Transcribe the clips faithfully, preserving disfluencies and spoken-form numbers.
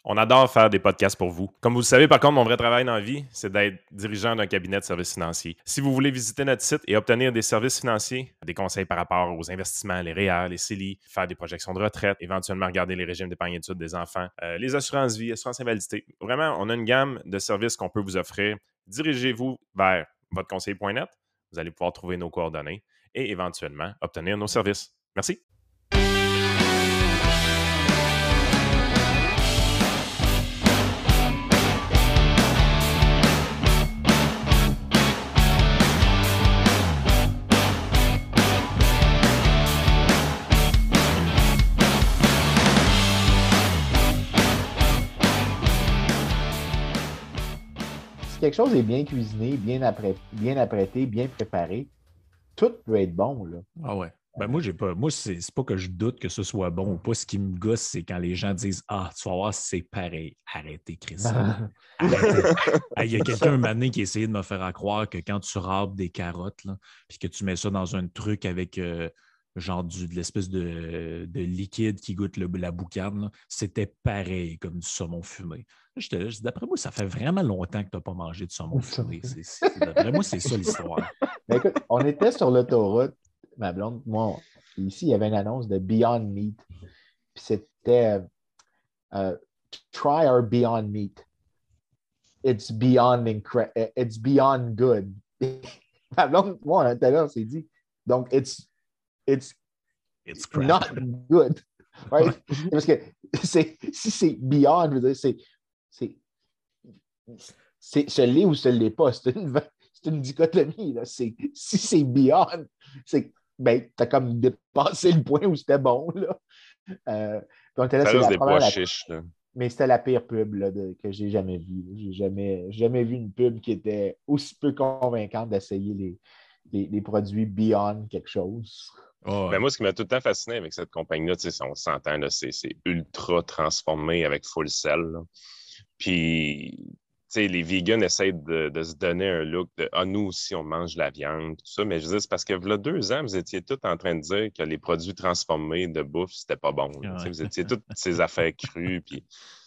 On adore faire des podcasts pour vous. Comme vous le savez, par contre, mon vrai travail dans la vie, c'est d'être dirigeant d'un cabinet de services financiers. Si vous voulez visiter notre site et obtenir des services financiers, des conseils par rapport aux investissements, les R E E R, les C E L I, faire des projections de retraite, éventuellement regarder les régimes d'épargne études des enfants, euh, les assurances vie, assurances invalidité. Vraiment, on a une gamme de services qu'on peut vous offrir. Dirigez-vous vers votre conseiller point net. Vous allez pouvoir trouver nos coordonnées et éventuellement obtenir nos services. Merci. Si quelque chose est bien cuisiné, bien, apprêté, bien apprêté, bien préparé, tout peut être bon, là. Ah ouais. Ben moi, j'ai pas. Moi, c'est, c'est pas que je doute que ce soit bon ou pas. Ce qui me gosse, c'est quand les gens disent Ah, tu vas voir, c'est pareil. Arrêtez, Chris. Arrêtez. Il y a quelqu'un un moment donné qui a essayé de me faire croire que quand tu râpes des carottes, là, puis que tu mets ça dans un truc avec euh, genre du, de l'espèce de, de liquide qui goûte le, la boucane, là, c'était pareil comme du saumon fumé. J'étais là, d'après moi, ça fait vraiment longtemps que tu n'as pas mangé de saumon fumé. C'est, c'est, d'après moi, c'est ça l'histoire. Ben écoute, on était sur l'autoroute, ma blonde, moi, ici, il y avait une annonce de Beyond Meat. Puis c'était euh, Try our Beyond Meat. It's beyond incre- It's beyond good. Ma blonde, moi, on était là, on s'est dit, donc, it's, it's, It's not good. Right? Parce que c'est, si c'est beyond, je veux dire, c'est, c'est, c'est ce l'est ou ce l'est pas. C'est une, c'est une dichotomie. Là. C'est, si c'est beyond, c'est ben, tu as comme dépassé le point où c'était bon. Là. Euh, là, ça c'est reste la des première, pois la... chiches. Là. Mais c'était la pire pub là, de, que j'ai jamais vue. J'ai jamais, jamais vu une pub qui était aussi peu convaincante d'essayer les, les, les produits beyond quelque chose. Oh, ben moi, ce qui m'a tout le temps fasciné avec cette compagnie-là, on s'entend, là, c'est, c'est ultra transformé avec full sel. Là. Puis, les vegans essayent de, de se donner un look de « Ah, nous aussi, on mange de la viande », tout ça. Mais je veux dire, c'est parce que il y a deux ans, vous étiez tous en train de dire que les produits transformés de bouffe, c'était pas bon. Ouais. Vous étiez toutes ces affaires crues, puis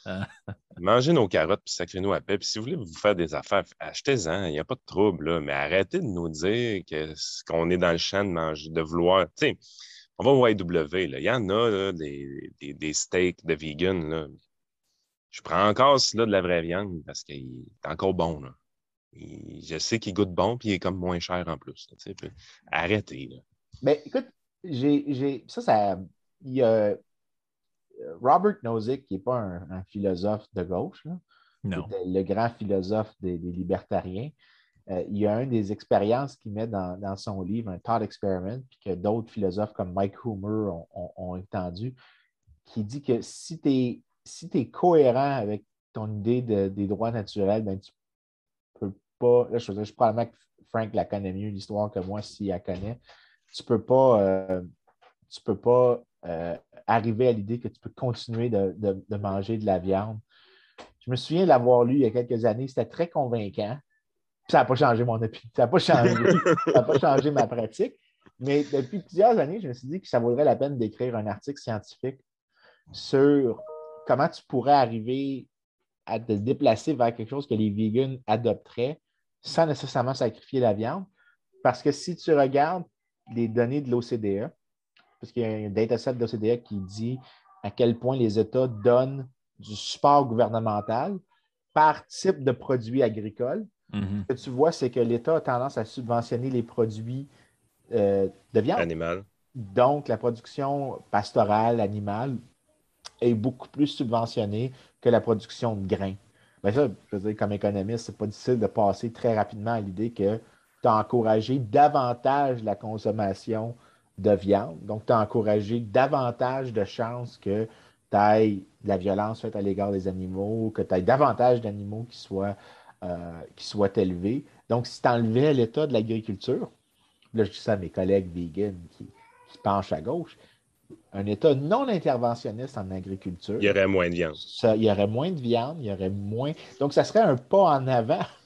mangez nos carottes, puis sacrez-nous à paix. Puis si vous voulez vous faire des affaires, achetez-en, il n'y a pas de trouble. Là. Mais arrêtez de nous dire que, qu'on est dans le champ de manger, de vouloir... Tu sais, on va au Y W, il y en a là, des, des, des steaks de vegan, là. Je prends encore celui-là de la vraie viande parce qu'il est encore bon. Là. Il, je sais qu'il goûte bon puis il est comme moins cher en plus. Là, puis, arrêtez. Là. Mais écoute, j'ai, j'ai, ça, ça. Il y a Robert Nozick, qui n'est pas un, un philosophe de gauche, là, non. qui était le grand philosophe des, des libertariens. Euh, il y a une des expériences qu'il met dans, dans son livre, un thought experiment, puis que d'autres philosophes comme Mike Hoomer ont, ont, ont étendu, qui dit que si tu es si tu es cohérent avec ton idée de, des droits naturels, ben tu peux pas. Là, je, je probablement que Frank la connaît mieux, l'histoire, que moi, s'il la connaît. Tu peux pas, euh, tu peux pas euh, arriver à l'idée que tu peux continuer de, de, de manger de la viande. Je me souviens de l'avoir lu il y a quelques années. C'était très convaincant. Puis ça n'a pas changé mon opinion. Ça n'a pas changé. Ça n'a pas changé ma pratique. Mais depuis plusieurs années, je me suis dit que ça vaudrait la peine d'écrire un article scientifique sur comment tu pourrais arriver à te déplacer vers quelque chose que les vegans adopteraient sans nécessairement sacrifier la viande. Parce que si tu regardes les données de l'O C D E, parce qu'il y a un dataset de l'O C D E qui dit à quel point les États donnent du support gouvernemental par type de produits agricoles, mm-hmm. Ce que tu vois, c'est que l'État a tendance à subventionner les produits euh, de viande. Animal. Donc, la production pastorale, animale, est beaucoup plus subventionnée que la production de grains. Mais ça, je veux dire, comme économiste, c'est pas difficile de passer très rapidement à l'idée que tu as encouragé davantage la consommation de viande. Donc, tu as encouragé davantage de chances que tu aies de la violence faite à l'égard des animaux, que tu aies davantage d'animaux qui soient, euh, qui soient élevés. Donc, si tu enlevais l'état de l'agriculture, là, je dis ça à mes collègues vegans qui, qui penchent à gauche, un État non interventionniste en agriculture. Il y aurait moins de viande. Ça, il y aurait moins de viande, il y aurait moins. Donc, ça serait un pas en avant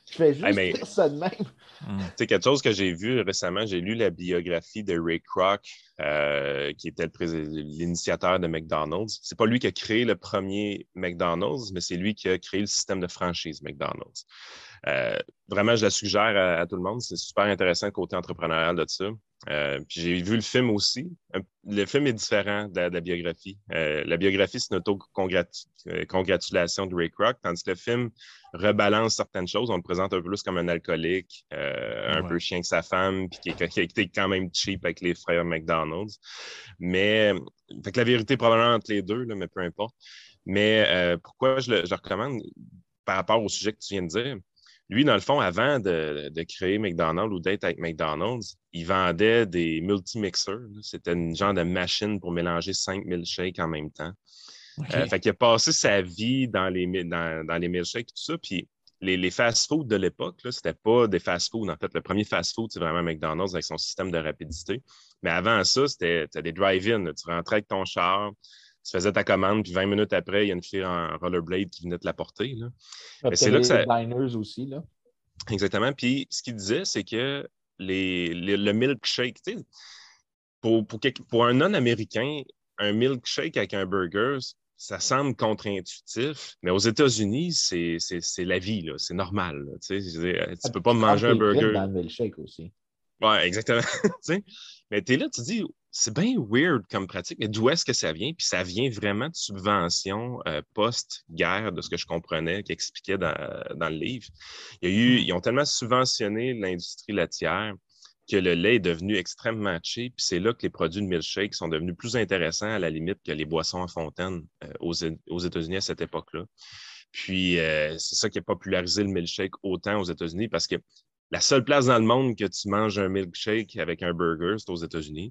Je fais juste hey, mais, dire ça de même. C'est quelque chose que j'ai vu récemment. J'ai lu la biographie de Ray Kroc, euh, qui était l'initiateur de McDonald's. C'est pas lui qui a créé le premier McDonald's, mais c'est lui qui a créé le système de franchise McDonald's. Euh, vraiment, je la suggère à, à tout le monde. C'est super intéressant le côté entrepreneurial de ça. Euh, puis j'ai vu le film aussi. Le film est différent de la, de la biographie. Euh, la biographie, c'est une auto-congratulation de Ray Kroc, tandis que le film rebalance certaines choses. On le présente un peu plus comme un alcoolique, euh, un ouais. peu chien que sa femme, puis qui, qui était quand même cheap avec les frères McDonald's. Mais fait que la vérité est probablement entre les deux, là, mais peu importe. Mais euh, pourquoi je le, je le recommande par rapport au sujet que tu viens de dire? Lui, dans le fond, avant de, de créer McDonald's ou d'être avec McDonald's, il vendait des multi-mixers. C'était une genre de machine pour mélanger cinq milkshakes en même temps. Okay. Euh, fait qu'il a passé sa vie dans les, dans, dans les milkshakes et tout ça. Puis les, les fast-foods de l'époque, là, c'était pas des fast-foods. En fait, le premier fast-food, c'est vraiment McDonald's avec son système de rapidité. Mais avant ça, c'était des drive-in. Tu rentrais avec ton char, tu faisais ta commande, puis vingt minutes après, il y a une fille en rollerblade qui venait te l'apporter. Là. Mais c'est là que ça... les diners aussi, là. Exactement. Puis ce qu'il disait, c'est que les, les, le milkshake, tu sais, pour, pour, pour un non-américain, un milkshake avec un burger, ça semble contre-intuitif, mais aux États-Unis, c'est, c'est, c'est la vie, là. C'est normal. Là, tu ne peux pas manger un burger. Dans le milkshake aussi. Oui, exactement. Mais tu es là, tu dis, c'est bien weird comme pratique, mais d'où est-ce que ça vient? Puis ça vient vraiment de subventions euh, post-guerre, de ce que je comprenais, qui expliquait dans, dans le livre. Il y a eu, ils ont tellement subventionné l'industrie laitière que le lait est devenu extrêmement cheap. Puis c'est là que les produits de milkshake sont devenus plus intéressants à la limite que les boissons en fontaine euh, aux, aux États-Unis à cette époque-là. Puis euh, c'est ça qui a popularisé le milkshake autant aux États-Unis parce que la seule place dans le monde que tu manges un milkshake avec un burger, c'est aux États-Unis.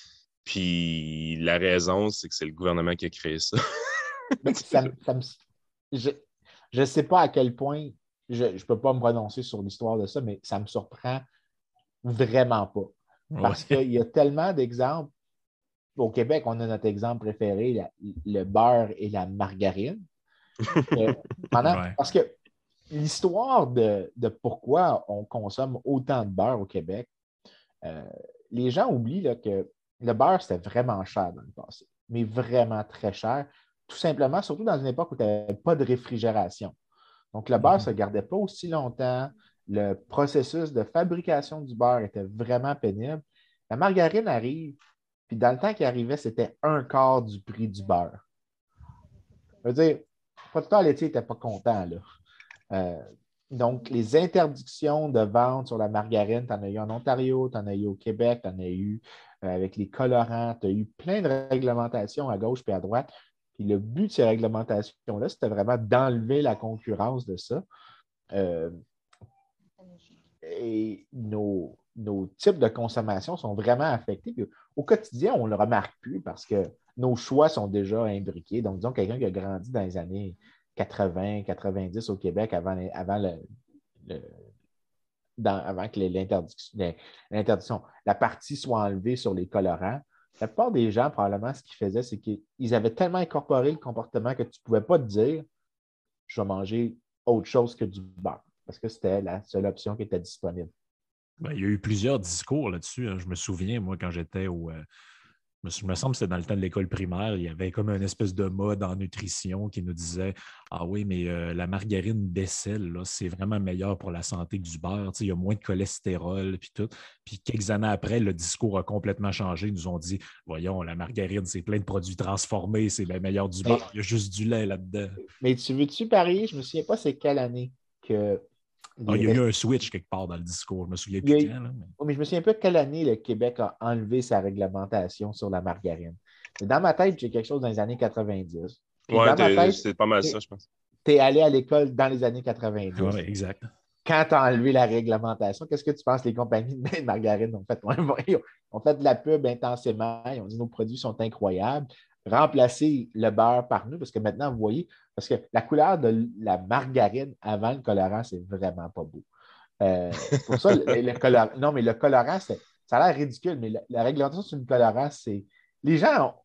Puis la raison, c'est que c'est le gouvernement qui a créé ça. ça, ça me, je ne sais pas à quel point, je ne peux pas me prononcer sur l'histoire de ça, mais ça me surprend vraiment pas. Parce ouais. qu'il y a tellement d'exemples. Au Québec, on a notre exemple préféré, la, le beurre et la margarine. euh, pendant, ouais. Parce que l'histoire de, de pourquoi on consomme autant de beurre au Québec, euh, les gens oublient là, que le beurre, c'était vraiment cher dans le passé, mais vraiment très cher, tout simplement, surtout dans une époque où tu n'avais pas de réfrigération. Donc, le beurre ne mm-hmm. se gardait pas aussi longtemps. Le processus de fabrication du beurre était vraiment pénible. La margarine arrive, puis dans le temps qui arrivait, c'était un quart du prix du beurre. Je veux dire, le producteur laitier n'était pas content, là. Euh, donc, les interdictions de vente sur la margarine, tu en as eu en Ontario, tu en as eu au Québec, tu en as eu euh, avec les colorants, tu as eu plein de réglementations à gauche et à droite. Puis le but de ces réglementations-là, c'était vraiment d'enlever la concurrence de ça. Euh, et nos, nos types de consommation sont vraiment affectés. Puis au quotidien, on ne le remarque plus parce que nos choix sont déjà imbriqués. Donc, disons, quelqu'un qui a grandi dans les années quatre-vingts, quatre-vingt-dix au Québec avant, avant, le, le, dans, avant que l'interdiction, l'interdiction, la partie soit enlevée sur les colorants. La plupart des gens, probablement, ce qu'ils faisaient, c'est qu'ils avaient tellement incorporé le comportement que tu ne pouvais pas te dire « je vais manger autre chose que du beurre » parce que c'était la seule option qui était disponible. Ben, il y a eu plusieurs discours là-dessus. Hein. Je me souviens, moi, quand j'étais au... Euh... Je me semble que c'était dans le temps de l'école primaire, il y avait comme une espèce de mode en nutrition qui nous disait « Ah oui, mais euh, la margarine Bessel, là, c'est vraiment meilleur pour la santé que du beurre. Il y a moins de cholestérol. » Puis tout. Puis quelques années après, le discours a complètement changé. Ils nous ont dit « Voyons, la margarine, c'est plein de produits transformés, c'est bien meilleur du beurre. Il y a juste du lait là-dedans. » Mais tu veux-tu parier? Je ne me souviens pas c'est quelle année que... Ah, il y a eu un switch quelque part dans le discours. Je ne me souviens plus quand. Là, mais... Oui, mais je ne me souviens pas quelle année le Québec a enlevé sa réglementation sur la margarine. Mais dans ma tête, j'ai quelque chose dans les années quatre-vingt-dix. Oui, c'est pas mal ça, je pense. Tu es allé à l'école dans les années quatre-vingt-dix. Oui, exact. Quand tu as enlevé la réglementation, qu'est-ce que tu penses que les compagnies de margarine ont fait? Ils ont fait de la pub intensément. Ils ont dit nos produits sont incroyables. Remplacer le beurre par nous, parce que maintenant, vous voyez, parce que la couleur de la margarine avant le colorant, c'est vraiment pas beau. Euh, pour ça, le, le colorant, non, mais le colorant, ça a l'air ridicule, mais la, la réglementation sur le colorant, c'est. Les gens,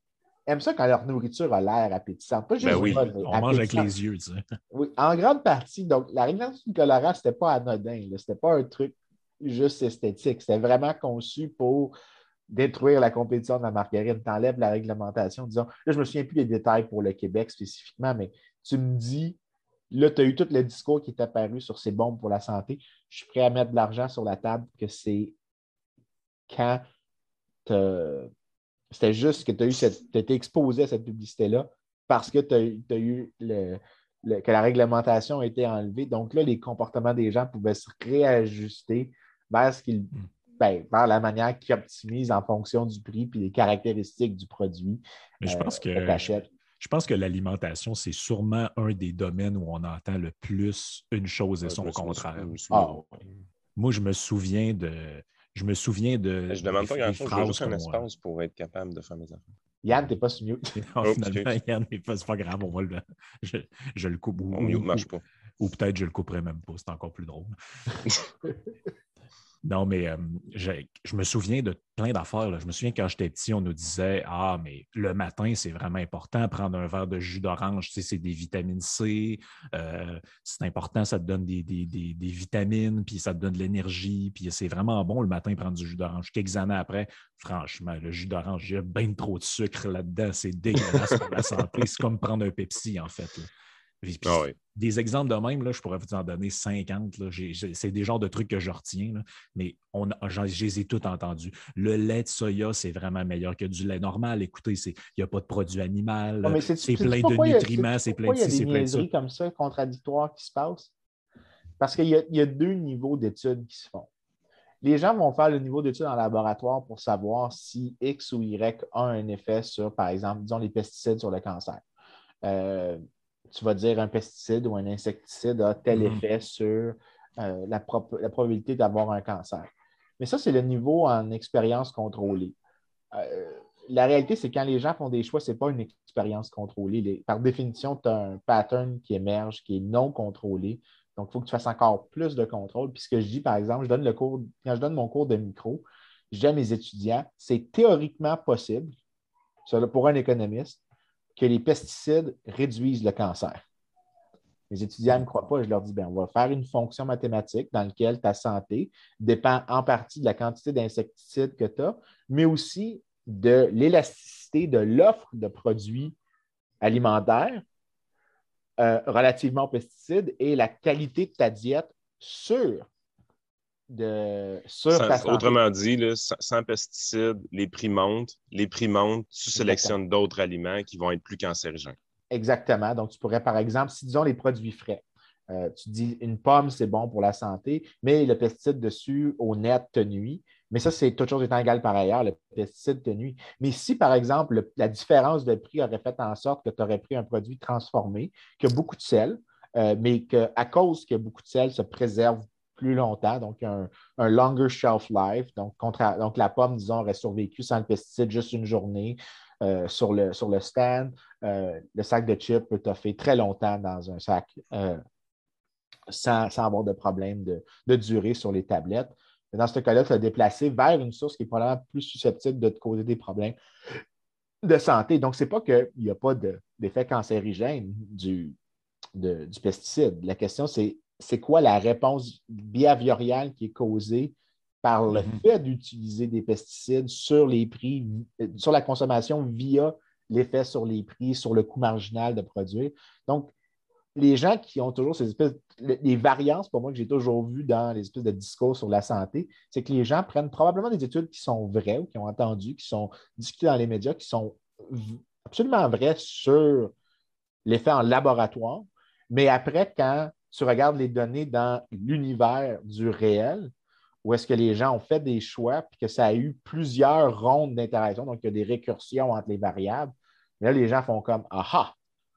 aiment ça quand leur nourriture a l'air appétissante. Pas juste Ben oui, bonne, mais on mange avec appétissante. les yeux, tu sais. Oui, en grande partie. Donc, la réglementation du colorant, ce n'était pas anodin. Ce n'était pas un truc juste esthétique. C'était vraiment conçu pour détruire la compétition de la margarine. Tu enlèves la réglementation, disons. Là, je ne me souviens plus des détails pour le Québec spécifiquement, mais tu me dis, là, tu as eu tout le discours qui est apparu sur c'est bon pour la santé. Je suis prêt à mettre de l'argent sur la table que c'est quand c'était juste que tu as eu cette, t'as été exposé à cette publicité-là parce que tu as eu le, le, que la réglementation a été enlevée. Donc là, les comportements des gens pouvaient se réajuster vers ce qu'ils ben, vers la manière qu'ils optimisent en fonction du prix et des caractéristiques du produit. Mais je pense euh, que, je, je pense que l'alimentation, c'est sûrement un des domaines où on entend le plus une chose et son contraire. Ah, oui. Moi, je me souviens de. Je me souviens de. Je ne demande pas grand-chose, j'ai juste un qu'on... espace pour être capable de faire mes affaires. Yann, t'es pas sur mute. Non, oh, finalement, Yann, c'est pas grave, on va le. Je, je le coupe. Mon mute ne marche pas. Ou, ou peut-être je le couperai même pas, c'est encore plus drôle. Non, mais euh, je, je me souviens de plein d'affaires. Là. Je me souviens quand j'étais petit, on nous disait « Ah, mais le matin, c'est vraiment important, prendre un verre de jus d'orange, tu sais, c'est des vitamines C, euh, c'est important, ça te donne des, des, des, des vitamines, puis ça te donne de l'énergie, puis c'est vraiment bon le matin prendre du jus d'orange. » Quelques années après, franchement, le jus d'orange, il y a bien trop de sucre là-dedans, c'est dégueulasse pour la santé. C'est comme prendre un Pepsi, en fait. Là. Puis, ah oui. Des exemples de même, là, je pourrais vous en donner cinquante. Là. J'ai, j'ai, c'est des genres de trucs que je retiens, là, mais on, je les ai tous entendus. Le lait de soya, c'est vraiment meilleur que du lait normal. Écoutez, il n'y a pas de produit animal. Oh, c'est, c'est plein de nutriments, c'est plein de ci, c'est plein de ça. Il y a des niaiseries comme ça, contradictoires qui se passent. Parce qu'il y a, il y a deux niveaux d'études qui se font. Les gens vont faire le niveau d'études en laboratoire pour savoir si X ou Y a un effet sur, par exemple, disons, les pesticides sur le cancer. Euh, tu vas dire un pesticide ou un insecticide a tel mm-hmm. effet sur euh, la, pro- la probabilité d'avoir un cancer. Mais ça, c'est le niveau en expérience contrôlée. Euh, la réalité, c'est que quand les gens font des choix, ce n'est pas une expérience contrôlée. Les, par définition, tu as un pattern qui émerge, qui est non contrôlé. Donc, il faut que tu fasses encore plus de contrôle. Puis ce que je dis, par exemple, je donne le cours, quand je donne mon cours de micro, je dis à mes étudiants, c'est théoriquement possible, pour un économiste, que les pesticides réduisent le cancer. Les étudiants ne croient pas, je leur dis, bien, on va faire une fonction mathématique dans laquelle ta santé dépend en partie de la quantité d'insecticides que tu as, mais aussi de l'élasticité de l'offre de produits alimentaires euh, relativement aux pesticides et la qualité de ta diète sur De, sur sans, ta santé. Autrement dit, là, sans, sans pesticides, les prix montent. Les prix montent, tu sélectionnes d'autres aliments qui vont être plus cancérigènes. Exactement. Donc, tu pourrais, par exemple, si disons les produits frais, euh, tu dis une pomme, c'est bon pour la santé, mais le pesticide dessus, au net, te nuit. Mais ça, c'est toute chose étant égale par ailleurs, le pesticide te nuit. Mais si, par exemple, le, la différence de prix aurait fait en sorte que tu aurais pris un produit transformé, qui a beaucoup de sel, euh, mais qu'à cause qu'il y a beaucoup de sel, se préserve plus longtemps, donc un, un longer shelf life. Donc, contre, donc, la pomme, disons, aurait survécu sans le pesticide juste une journée euh, sur, le, sur le stand. Euh, le sac de chips peut toffer très longtemps dans un sac euh, sans, sans avoir de problème de, de durée sur les tablettes. Mais dans ce cas-là, tu as déplacé vers une source qui est probablement plus susceptible de te causer des problèmes de santé. Donc, ce n'est pas qu'il n'y a pas de, d'effet cancérigène du, de, du pesticide. La question, c'est c'est quoi la réponse behaviorale qui est causée par le mm-hmm. fait d'utiliser des pesticides sur les prix, sur la consommation via l'effet sur les prix, sur le coût marginal de produire. Donc, les gens qui ont toujours ces espèces, les variances, pour moi, que j'ai toujours vues dans les espèces de discours sur la santé, c'est que les gens prennent probablement des études qui sont vraies ou qui ont entendu, qui sont discutées dans les médias, qui sont absolument vraies sur l'effet en laboratoire, mais après, quand tu regardes les données dans l'univers du réel, où est-ce que les gens ont fait des choix puis que ça a eu plusieurs rondes d'interaction, donc il y a des récursions entre les variables. Là, les gens font comme « Ah,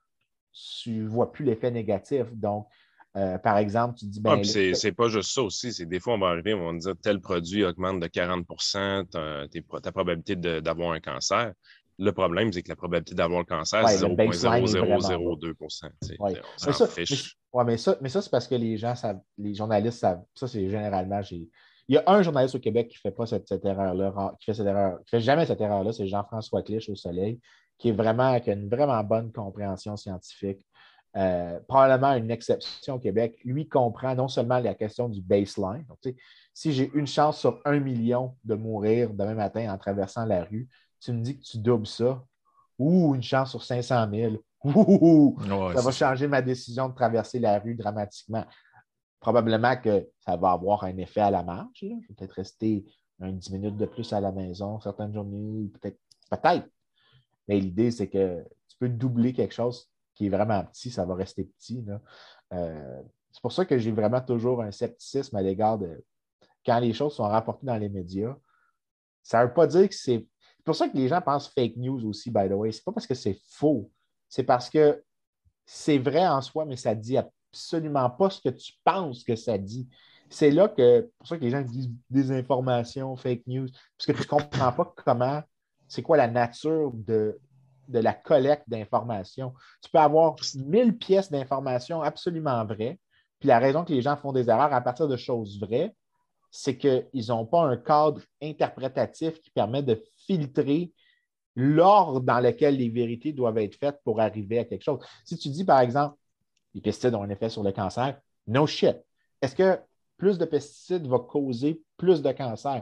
tu ne vois plus l'effet négatif. » Donc, euh, par exemple, tu dis… Ben, ah, c'est, c'est pas juste ça aussi. C'est des fois, on va arriver, on va dire tel produit augmente de quarante pour cent ta, ta probabilité de, d'avoir un cancer. Le problème, c'est que la probabilité d'avoir le cancer, ouais, c'est zéro virgule zéro zéro zéro deux pour cent. Ouais. Mais, ça, mais, ouais, mais, ça, mais ça, c'est parce que les gens savent, les journalistes savent. Ça, c'est généralement. J'ai... Il y a un journaliste au Québec qui ne fait pas cette, cette erreur-là, qui fait cette erreur, qui fait jamais cette erreur-là, c'est Jean-François Clich au Soleil, qui est vraiment, qui a une vraiment bonne compréhension scientifique. Euh, probablement une exception au Québec. Lui comprend non seulement la question du baseline. Donc, tu sais, si j'ai une chance sur un million de mourir demain matin en traversant la rue, tu me dis que tu doubles ça, ou une chance sur cinq cent mille, ouh, Ouais, ça va c'est ça. changer ma décision de traverser la rue dramatiquement. Probablement que ça va avoir un effet à la marge. Là. Je vais peut-être rester un dix minutes de plus à la maison certaines journées, peut-être. Peut-être. Mais l'idée, c'est que tu peux doubler quelque chose qui est vraiment petit, ça va rester petit. Là. Euh, c'est pour ça que j'ai vraiment toujours un scepticisme à l'égard de quand les choses sont rapportées dans les médias. Ça ne veut pas dire que c'est. C'est pour ça que les gens pensent fake news aussi, by the way. C'est pas parce que c'est faux. C'est parce que c'est vrai en soi, mais ça ne dit absolument pas ce que tu penses que ça dit. C'est là que, pour ça que les gens disent des informations, fake news, parce que tu ne comprends pas comment, c'est quoi la nature de, de la collecte d'informations. Tu peux avoir mille pièces d'informations absolument vraies, puis la raison que les gens font des erreurs à partir de choses vraies, c'est qu'ils n'ont pas un cadre interprétatif qui permet de filtrer l'ordre dans lequel les vérités doivent être faites pour arriver à quelque chose. Si tu dis, par exemple, les pesticides ont un effet sur le cancer, no shit. Est-ce que plus de pesticides va causer plus de cancer?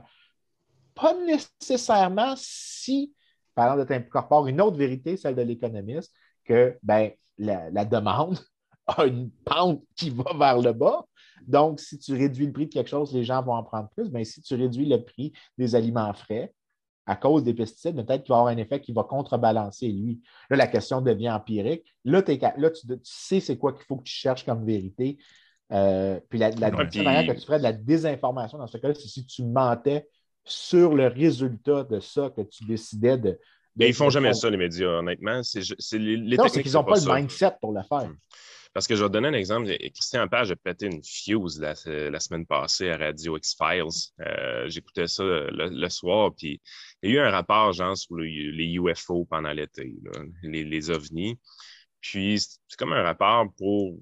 Pas nécessairement si, par exemple, tu incorpores une autre vérité, celle de l'économiste, que ben, la, la demande a une pente qui va vers le bas. Donc, si tu réduis le prix de quelque chose, les gens vont en prendre plus. Mais si tu réduis le prix des aliments frais, à cause des pesticides, peut-être qu'il va y avoir un effet qui va contrebalancer lui. Là, la question devient empirique. Là, là tu, tu sais c'est quoi qu'il faut que tu cherches comme vérité. Euh, puis la, la Ouais, seule manière que puis tu ferais de la désinformation dans ce cas-là, c'est si tu mentais sur le résultat de ça que tu décidais de. mais de, ils font de jamais ton... ça, les médias, honnêtement. C'est, c'est, les, les Non, c'est techniques, qu'ils c'est n'ont pas pas le ça. mindset pour le faire. Hmm. Parce que je vais te donner un exemple. Christian Page a pété une fuse la, la semaine passée à Radio X-Files. Euh, j'écoutais ça le, le soir, puis il y a eu un rapport, genre, sur le, les U F O pendant l'été, là, les, les ovnis. Puis c'est comme un rapport pour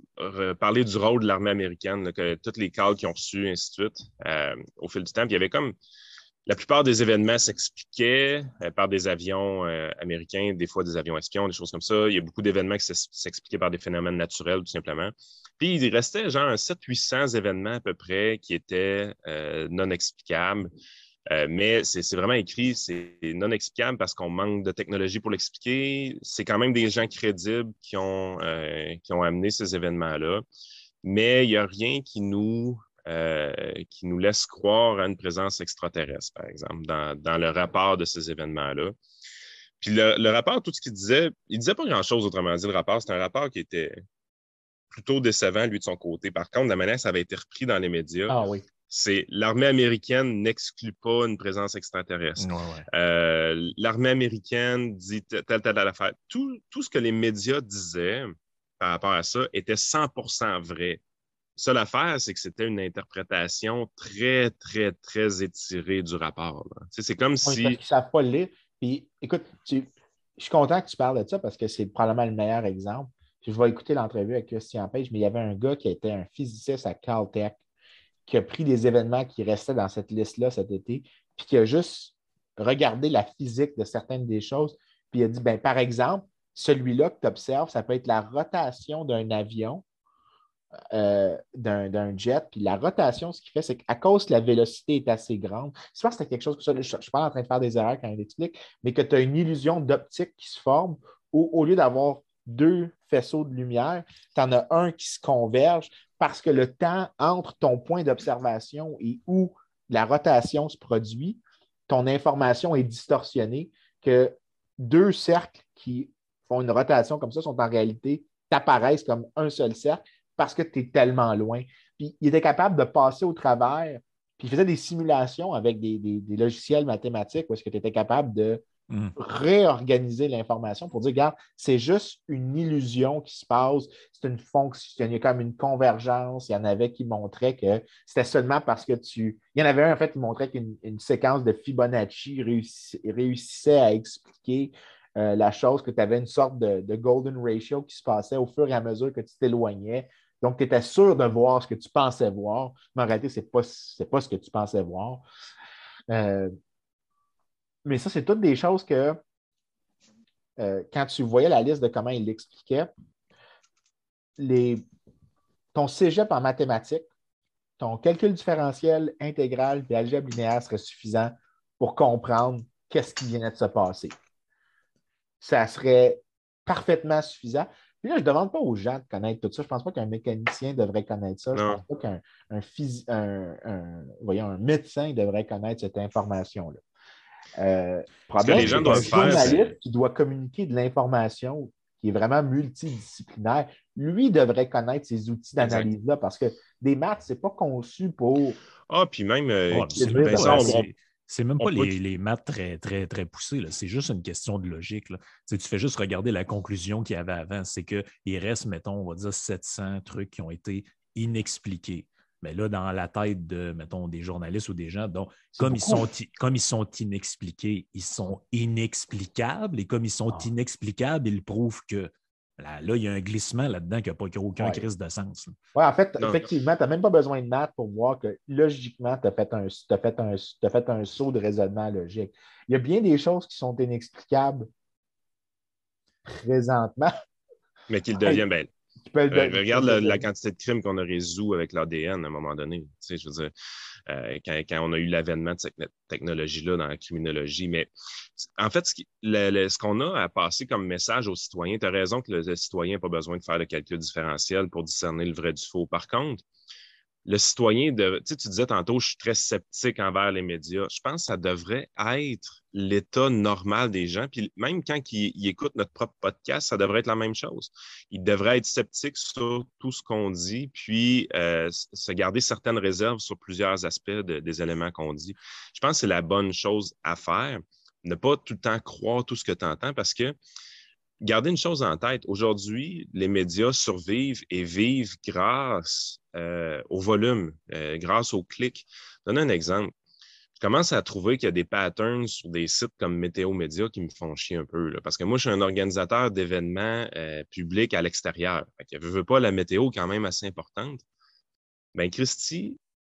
parler du rôle de l'armée américaine, là, que tous les calls qu'ils ont reçus, ainsi de suite, euh, au fil du temps. Puis il y avait comme la plupart des événements s'expliquaient euh, par des avions euh, américains, des fois des avions espions, des choses comme ça. Il y a beaucoup d'événements qui s'expliquaient par des phénomènes naturels, tout simplement. Puis il restait genre sept cents à huit cents événements à peu près qui étaient euh, non explicables. Euh, mais c'est vraiment écrit, c'est non explicable parce qu'on manque de technologie pour l'expliquer. C'est quand même des gens crédibles qui ont, euh, qui ont amené ces événements-là. Mais il n'y a rien qui nous, euh, qui nous laisse croire à une présence extraterrestre, par exemple, dans, dans le rapport de ces événements-là. Puis le, le rapport, tout ce qu'il disait, il disait pas grand-chose, autrement dit, le rapport. C'est un rapport qui était plutôt décevant, lui, de son côté. Par contre, la manière dont ça avait été repris dans les médias, Ah oui. c'est l'armée américaine n'exclut pas une présence extraterrestre. Ouais, ouais. Euh, l'armée américaine dit telle, telle, telle affaire. Tout, tout ce que les médias disaient par rapport à ça était cent pour cent vrai. Seule affaire, c'est que c'était une interprétation très, très, très étirée du rapport. Tu sais, c'est comme Oui, c'est parce si... qu'ils ne savent pas le lire. Puis, écoute, tu... je suis content que tu parles de ça parce que c'est probablement le meilleur exemple. Puis, je vais écouter l'entrevue avec Christian Page, mais il y avait un gars qui était un physiciste à Caltech qui a pris des événements qui restaient dans cette liste-là cet été, puis qui a juste regardé la physique de certaines des choses, puis il a dit, ben, par exemple, celui-là que tu observes, ça peut être la rotation d'un avion, euh, d'un, d'un jet, puis la rotation, ce qu'il fait, c'est qu'à cause que la vélocité est assez grande, c'est pas que c'était quelque chose que ça, je ne suis pas en train de faire des erreurs quand il explique, mais que tu as une illusion d'optique qui se forme où, au lieu d'avoir deux faisceaux de lumière, tu en as un qui se converge parce que le temps entre ton point d'observation et où la rotation se produit, ton information est distorsionnée, que deux cercles qui font une rotation comme ça sont en réalité, t'apparaissent comme un seul cercle parce que tu es tellement loin. Puis il était capable de passer au travers, puis il faisait des simulations avec des, des, des logiciels mathématiques où est-ce que tu étais capable de mm. réorganiser l'information pour dire, regarde, c'est juste une illusion qui se passe, c'est une fonction, il y a comme une convergence, il y en avait qui montraient que c'était seulement parce que tu... Il y en avait un, en fait, qui montrait qu'une une séquence de Fibonacci réussi, réussissait à expliquer euh, la chose, que tu avais une sorte de, de golden ratio qui se passait au fur et à mesure que tu t'éloignais. Donc, tu étais sûr de voir ce que tu pensais voir, mais en réalité, ce n'est pas, c'est pas ce que tu pensais voir. Euh, mais ça, c'est toutes des choses que euh, quand tu voyais la liste de comment il l'expliquait, les, ton cégep en mathématiques, ton calcul différentiel intégral et algèbre linéaire serait suffisant pour comprendre qu'est-ce qui vient de se passer. Ça serait parfaitement suffisant. Puis là, je ne demande pas aux gens de connaître tout ça. Je ne pense pas qu'un mécanicien devrait connaître ça. Je ne pense pas qu'un un, un, un, voyons, un médecin devrait connaître cette information-là. Euh, problème, c'est qu'un journaliste qui doit communiquer de l'information qui est vraiment multidisciplinaire, lui devrait connaître ces outils d'analyse-là parce que des maths, ce n'est pas conçu pour... Ah, puis même... Euh, oh, c'est, même pas, on, c'est, c'est même pas les, les maths très, très, très poussés. Là. C'est juste une question de logique. Là. Tu fais juste regarder la conclusion qu'il y avait avant. C'est qu'il reste, mettons, on va dire sept cents trucs qui ont été inexpliqués. Mais là, dans la tête de, mettons, des journalistes ou des gens, donc, comme ils, sont, comme ils sont inexpliqués, ils sont inexplicables. Et comme ils sont ah. inexplicables, ils prouvent que là, là, il y a un glissement là-dedans qui n'a pas aucun ouais. crise de sens. Oui, en fait, non. effectivement, tu n'as même pas besoin de maths pour voir que logiquement, tu as fait, un, t'as fait, un, t'as fait un saut de raisonnement logique. Il y a bien des choses qui sont inexplicables présentement. Mais qu'ils deviennent belles. Euh, regarde la, la quantité de crimes qu'on a résolu avec l'A D N à un moment donné. Tu sais, je veux dire, euh, quand, quand on a eu l'avènement de cette technologie-là dans la criminologie. Mais en fait, ce, qui, le, le, ce qu'on a à passer comme message aux citoyens, tu as raison que le, le citoyen n'a pas besoin de faire de calcul différentiel pour discerner le vrai du faux. Par contre, le citoyen, de, tu sais, tu disais tantôt, je suis très sceptique envers les médias. Je pense que ça devrait être l'état normal des gens. Puis même quand ils, ils écoutent notre propre podcast, ça devrait être la même chose. Ils devraient être sceptiques sur tout ce qu'on dit, puis euh, se garder certaines réserves sur plusieurs aspects de, des éléments qu'on dit. Je pense que c'est la bonne chose à faire. Ne pas tout le temps croire tout ce que tu entends parce que gardez une chose en tête. Aujourd'hui, les médias survivent et vivent grâce euh, au volume, euh, grâce au clic. Je donne un exemple. Je commence à trouver qu'il y a des patterns sur des sites comme Météo Média qui me font chier un peu. Là, parce que moi, je suis un organisateur d'événements euh, publics à l'extérieur. Je ne veux pas la météo quand même assez importante. Bien, Christy,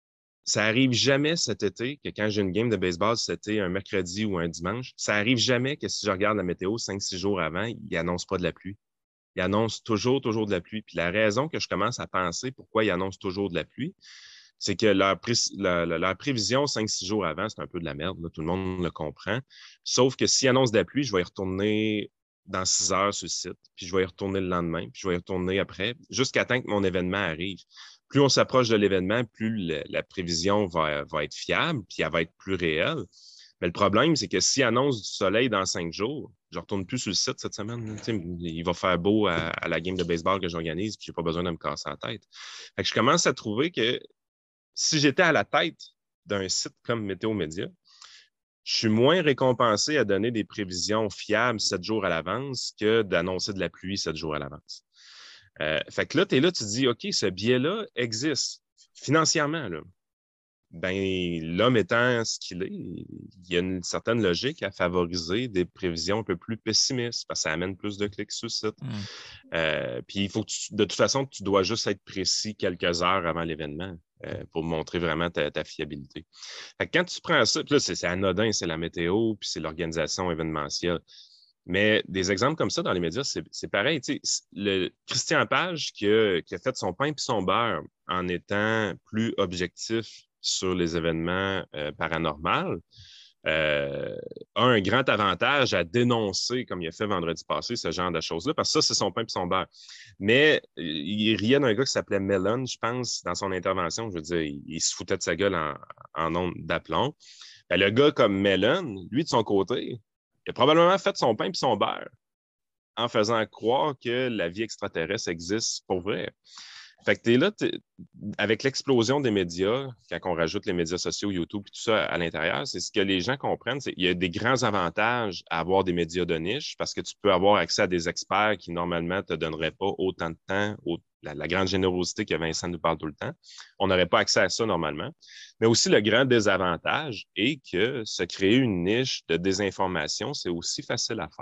ça arrive jamais cet été que quand j'ai une game de baseball cet été, un mercredi ou un dimanche, ça arrive jamais que si je regarde la météo cinq six jours avant, ils annoncent pas de la pluie. Ils annoncent toujours, toujours de la pluie. Puis la raison que je commence à penser pourquoi ils annoncent toujours de la pluie, c'est que leur, pré leur, leur prévision cinq six jours avant, c'est un peu de la merde. Là, tout le monde le comprend. Sauf que s'ils annoncent de la pluie, je vais y retourner dans six heures sur le site, puis je vais y retourner le lendemain, puis je vais y retourner après, jusqu'à temps que mon événement arrive. Plus on s'approche de l'événement, plus le, la prévision va, va être fiable, puis elle va être plus réelle. Mais le problème, c'est que s'il annonce du soleil dans cinq jours, je ne retourne plus sur le site cette semaine. Il va faire beau à, à la game de baseball que j'organise, puis je n'ai pas besoin de me casser la tête. Fait que je commence à trouver que si j'étais à la tête d'un site comme Météo Média, je suis moins récompensé à donner des prévisions fiables sept jours à l'avance que d'annoncer de la pluie sept jours à l'avance. Euh, fait que là, tu es là, tu te dis, OK, ce biais-là existe financièrement. Là. Ben, l'homme étant ce qu'il est, il y a une certaine logique à favoriser des prévisions un peu plus pessimistes parce que ça amène plus de clics sur le site. Mm. Euh, puis, il faut que tu, de toute façon, tu dois juste être précis quelques heures avant l'événement euh, pour montrer vraiment ta, ta fiabilité. Fait que quand tu prends ça, puis là, c'est, c'est anodin, c'est la météo, puis c'est l'organisation événementielle. Mais des exemples comme ça dans les médias, c'est, c'est pareil. Tu sais, le Christian Page qui a, qui a fait son pain et son beurre en étant plus objectif sur les événements euh, paranormaux, euh, a un grand avantage à dénoncer, comme il a fait vendredi passé, ce genre de choses-là, parce que ça, c'est son pain et son beurre. Mais il riait d'un gars qui s'appelait Mellon, je pense, dans son intervention. Je veux dire, il, il se foutait de sa gueule en, en ondes d'aplomb. Ben, le gars comme Mellon, lui, de son côté, il a probablement fait son pain et son beurre en faisant croire que la vie extraterrestre existe pour vrai. Fait que t'es là, t'es, avec l'explosion des médias, quand on rajoute les médias sociaux, YouTube et tout ça à l'intérieur, c'est ce que les gens comprennent, c'est qu'il y a des grands avantages à avoir des médias de niche parce que tu peux avoir accès à des experts qui, normalement, ne te donneraient pas autant de temps, au, la, la grande générosité que Vincent nous parle tout le temps. On n'aurait pas accès à ça normalement. Mais aussi, le grand désavantage est que se créer une niche de désinformation, c'est aussi facile à faire.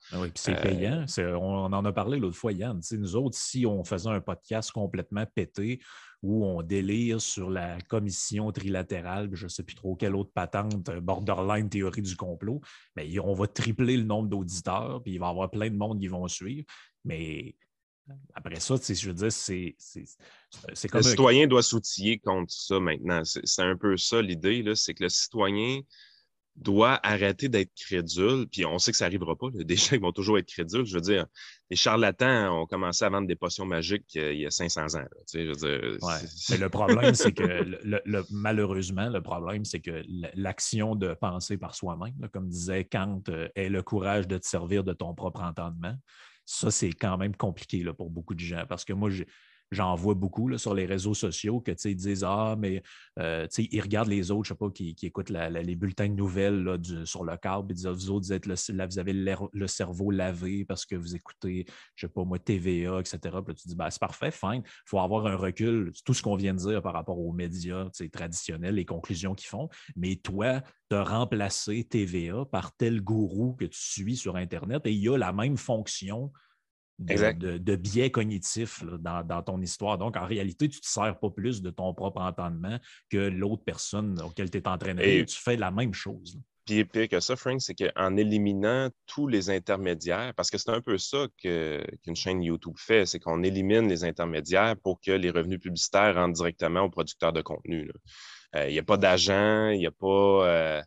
Ah oui, puis c'est payant. Euh, c'est, on en a parlé l'autre fois, Yann. Tu sais, nous autres, si on faisait un podcast complètement pété où on délire sur la commission trilatérale, je ne sais plus trop quelle autre patente, borderline théorie du complot, mais on va tripler le nombre d'auditeurs, puis il va y avoir plein de monde qui vont suivre. Mais après ça, tu sais, je veux dire, c'est, c'est, c'est comme... Le un... citoyen doit s'outiller contre ça maintenant. C'est, c'est un peu ça l'idée, là, c'est que le citoyen doit arrêter d'être crédule, puis on sait que ça n'arrivera pas. Là. Des gens ils vont toujours être crédules. Je veux dire, les charlatans ont commencé à vendre des potions magiques euh, il y a cinq cents ans. Là, tu sais, je veux dire, ouais. Mais le problème, c'est que le, le, malheureusement, le problème, c'est que l'action de penser par soi-même, là, comme disait Kant, euh, ait le courage de te servir de ton propre entendement. Ça, c'est quand même compliqué là, pour beaucoup de gens. Parce que moi, j'ai. J'en vois beaucoup là, sur les réseaux sociaux que ils disent Ah, mais euh, ils regardent les autres, je ne sais pas, qui, qui écoutent la, la, les bulletins de nouvelles là, du, sur le câble. Ils disent Vous autres, vous, êtes le, là, vous avez le cerveau lavé parce que vous écoutez, je ne sais pas moi, T V A, et cetera. Puis là, tu dis ben, c'est parfait, fine. Il faut avoir un recul, tout ce qu'on vient de dire par rapport aux médias traditionnels, les conclusions qu'ils font. Mais toi, tu as remplacé T V A par tel gourou que tu suis sur Internet et il y a la même fonction. De, de, de biais cognitifs là, dans, dans ton histoire. Donc, en réalité, tu ne te sers pas plus de ton propre entendement que l'autre personne auquel tu es entraîné. Et tu fais la même chose. Là. Puis pire que ça, Frank, c'est qu'en éliminant tous les intermédiaires, parce que c'est un peu ça que, qu'une chaîne YouTube fait, c'est qu'on élimine les intermédiaires pour que les revenus publicitaires rentrent directement aux producteurs de contenu. Il n'y euh, a pas d'agent, il n'y a pas... Euh,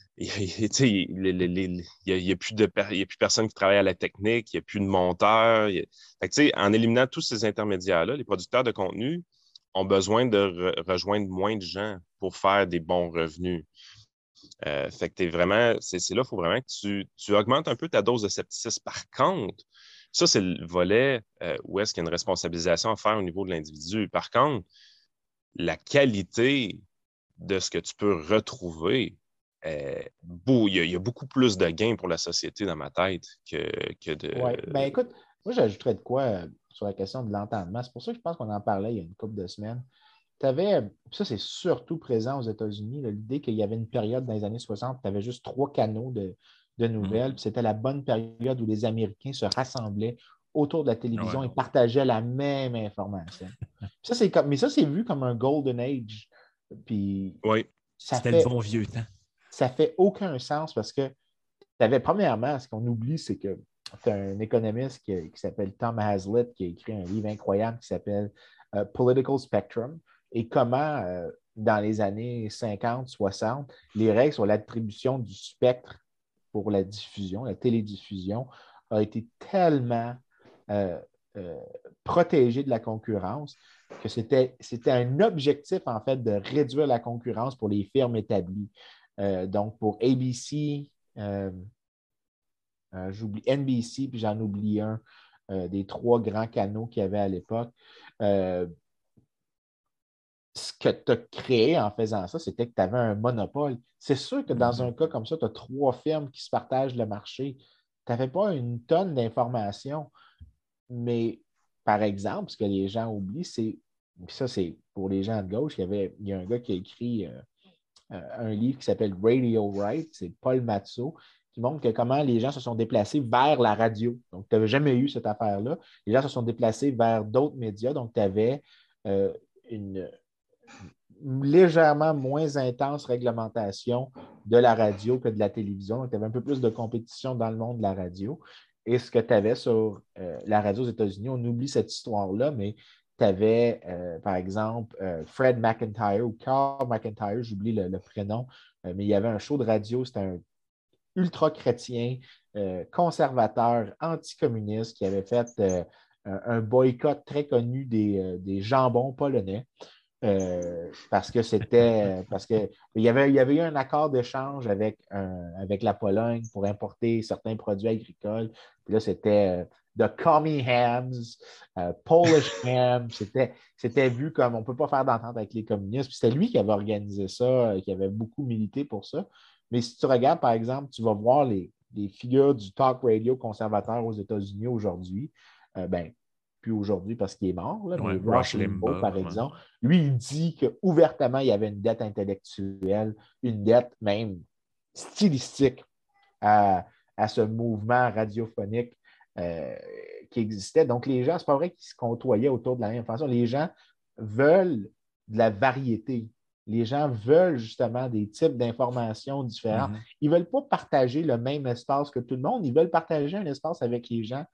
Il n'y a, a plus de y a plus personne qui travaille à la technique, il n'y a plus de monteurs. A... Fait que, en éliminant tous ces intermédiaires-là, les producteurs de contenu ont besoin de re- rejoindre moins de gens pour faire des bons revenus. Euh, fait que t'es vraiment, c'est, c'est là, il faut vraiment que tu, tu augmentes un peu ta dose de scepticisme. Par contre, ça, c'est le volet euh, où est-ce qu'il y a une responsabilisation à faire au niveau de l'individu. Par contre, la qualité de ce que tu peux retrouver, Euh, beau, il, y a, il y a beaucoup plus de gains pour la société dans ma tête que, que de... Oui, bien écoute, moi j'ajouterais de quoi euh, sur la question de l'entendement. C'est pour ça que je pense qu'on en parlait il y a une couple de semaines. Tu avais, ça c'est surtout présent aux États-Unis, là, l'idée qu'il y avait une période dans les années soixante, tu avais juste trois canaux de, de nouvelles, puis c'était la bonne période où les Américains se rassemblaient autour de la télévision ouais. et partageaient la même information. Ça, c'est comme, mais ça, c'est vu comme un golden age. Puis oui. ça C'était fait, le bon vieux temps. Ça fait aucun sens parce que tu avais, premièrement, ce qu'on oublie, c'est que tu as un économiste qui, qui s'appelle Tom Hazlitt qui a écrit un livre incroyable qui s'appelle uh, Political Spectrum et comment, euh, dans les années cinquante, soixante, les règles sur l'attribution du spectre pour la diffusion, la télédiffusion, a été tellement euh, euh, protégées de la concurrence que c'était, c'était un objectif, en fait, de réduire la concurrence pour les firmes établies. Euh, donc, pour A B C, euh, euh, j'oublie N B C, puis j'en oublie un euh, des trois grands canaux qu'il y avait à l'époque. Euh, ce que tu as créé en faisant ça, c'était que tu avais un monopole. C'est sûr que dans un cas comme ça, tu as trois firmes qui se partagent le marché. Tu n'avais pas une tonne d'informations. Mais, par exemple, ce que les gens oublient, c'est, ça c'est pour les gens de gauche, il y, avait, il y a un gars qui a écrit euh, un livre qui s'appelle Radio Right, c'est Paul Matzo, qui montre que comment les gens se sont déplacés vers la radio. Donc, tu n'avais jamais eu cette affaire-là. Les gens se sont déplacés vers d'autres médias. Donc, tu avais euh, une légèrement moins intense réglementation de la radio que de la télévision. Donc, tu avais un peu plus de compétition dans le monde de la radio. Et ce que tu avais sur euh, la radio aux États-Unis, on oublie cette histoire-là, mais tu avais, euh, par exemple, euh, Fred McIntyre ou Carl McIntyre, j'oublie le, le prénom, euh, mais il y avait un show de radio, c'était un ultra-chrétien, euh, conservateur, anticommuniste qui avait fait euh, un boycott très connu des, euh, des jambons polonais. Euh, parce que c'était parce que il y avait, il y avait eu un accord d'échange avec, un, avec la Pologne pour importer certains produits agricoles. Puis là, c'était euh, The Commie Hams, euh, Polish Ham. C'était, c'était vu comme on ne peut pas faire d'entente avec les communistes. Puis c'était lui qui avait organisé ça, euh, qui avait beaucoup milité pour ça. Mais si tu regardes, par exemple, tu vas voir les, les figures du talk radio conservateur aux États-Unis aujourd'hui. Euh, ben, plus aujourd'hui parce qu'il est mort, là, ouais, mais Rush Limbaugh, par ouais. exemple, lui, il dit qu'ouvertement, il y avait une dette intellectuelle, une dette même stylistique à, à ce mouvement radiophonique euh, qui existait. Donc, les gens, c'est pas vrai qu'ils se côtoyaient autour de la même façon. Les gens veulent de la variété. Les gens veulent justement des types d'informations différentes. Mm-hmm. Ils ne veulent pas partager le même espace que tout le monde. Ils veulent partager un espace avec les gens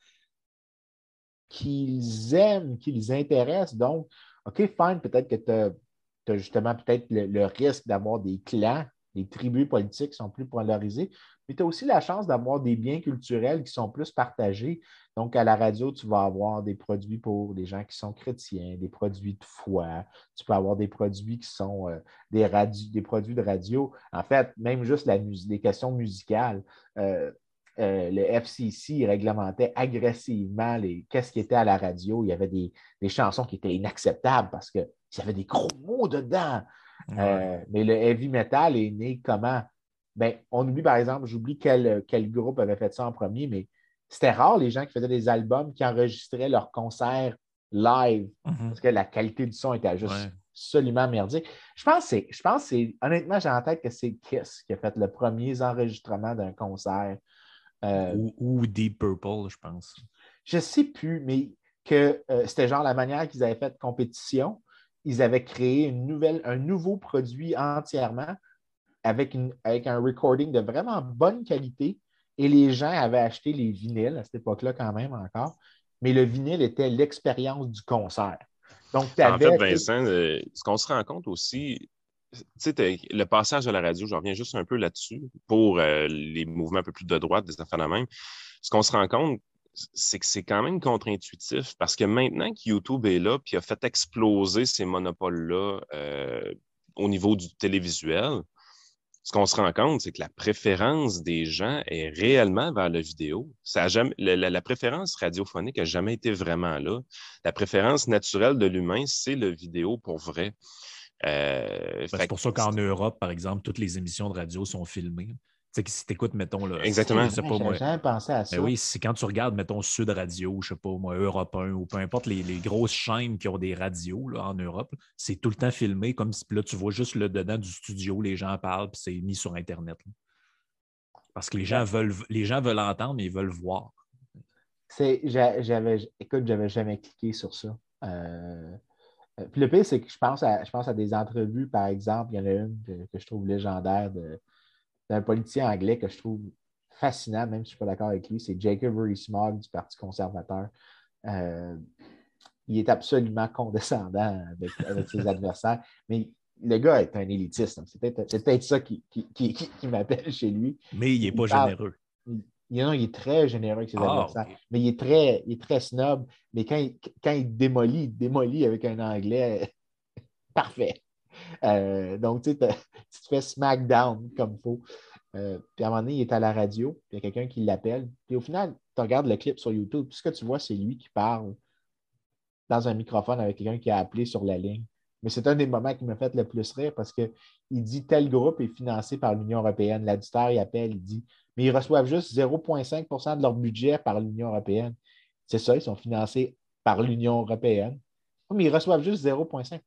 qu'ils aiment, qui les intéressent. Donc, OK, fine, peut-être que tu as justement peut-être le, le risque d'avoir des clans, des tribus politiques qui sont plus polarisées, mais tu as aussi la chance d'avoir des biens culturels qui sont plus partagés. Donc, à la radio, tu vas avoir des produits pour des gens qui sont chrétiens, des produits de foi. Tu peux avoir des produits qui sont euh, des, radi- des produits de radio. En fait, même juste la mus- les questions musicales. Euh, euh, le F C C réglementait agressivement les, qu'est-ce qui était à la radio. Il y avait des, des chansons qui étaient inacceptables parce qu'il y avait des gros mots dedans. Ouais. Euh, mais le heavy metal est né comment? Ben, on oublie, par exemple, j'oublie quel, quel groupe avait fait ça en premier, mais c'était rare les gens qui faisaient des albums qui enregistraient leurs concerts live Mm-hmm. parce que la qualité du son était juste Ouais. absolument merdique. Je pense que c'est, je pense que c'est, honnêtement, j'ai en tête que c'est Kiss qui a fait le premier enregistrement d'un concert. Euh, ou, ou Deep Purple, je pense. Je ne sais plus, mais que euh, c'était genre la manière qu'ils avaient fait de compétition. Ils avaient créé une nouvelle, un nouveau produit entièrement avec, une, avec un recording de vraiment bonne qualité et les gens avaient acheté les vinyles à cette époque-là quand même encore, mais le vinyle était l'expérience du concert. Donc, tu En fait, avais... Vincent, euh, ce qu'on se rend compte aussi, tu sais, le passage à la radio, je reviens juste un peu là-dessus, pour euh, les mouvements un peu plus de droite, des affaires de même. Ce qu'on se rend compte, c'est que c'est quand même contre-intuitif parce que maintenant que YouTube est là puis a fait exploser ces monopoles-là euh, au niveau du télévisuel, ce qu'on se rend compte, c'est que la préférence des gens est réellement vers la vidéo. Ça a jamais, la, la, la préférence radiophonique n'a jamais été vraiment là. La préférence naturelle de l'humain, c'est le vidéo pour vrai. Euh, Ben, fait c'est pour ça que- qu'en Europe, par exemple, toutes les émissions de radio sont filmées. Tu sais, que si tu écoutes, mettons, là, C'est Exactement. je sais vrai, pas j'avais moi. jamais pensé à Ben ça. oui, c'est quand tu regardes, mettons, Sud Radio, je sais pas moi, Europe un, ou peu importe les, les grosses chaînes qui ont des radios là, en Europe, c'est tout le temps filmé comme si puis là, tu vois juste le dedans du studio, les gens parlent, puis c'est mis sur Internet. Là. Parce que les gens Ben, veulent les gens veulent entendre, mais ils veulent voir. c'est, j'avais, écoute, j'avais jamais cliqué sur ça. Euh, Puis le pire, c'est que je pense, à, je pense à des entrevues, par exemple, il y en a une que, que je trouve légendaire de, d'un politicien anglais que je trouve fascinant, même si je ne suis pas d'accord avec lui, c'est Jacob Rees-Mogg du Parti conservateur. Euh, il est absolument condescendant avec, avec ses adversaires, mais le gars est un élitiste. C'est peut-être, c'est peut-être ça qui, qui, qui, qui m'appelle chez lui. Mais il n'est Il pas parle, généreux. il, il est très généreux avec ses Ah, adversaires, OK. mais il est très, il est très snob. Mais quand il, quand il démolit, il démolit avec un anglais parfait. Euh, donc, tu sais, tu te fais smackdown comme il faut. Euh, puis à un moment donné, il est à la radio, puis il y a quelqu'un qui l'appelle. Puis au final, tu regardes le clip sur YouTube, puis ce que tu vois, c'est lui qui parle dans un microphone avec quelqu'un qui a appelé sur la ligne. Mais c'est un des moments qui m'a fait le plus rire parce qu'il dit tel groupe est financé par l'Union européenne. L'auditeur, il appelle, il dit, mais ils reçoivent juste zéro virgule cinq pour cent de leur budget par l'Union européenne. C'est ça, ils sont financés par l'Union européenne. Mais ils reçoivent juste zéro virgule cinq.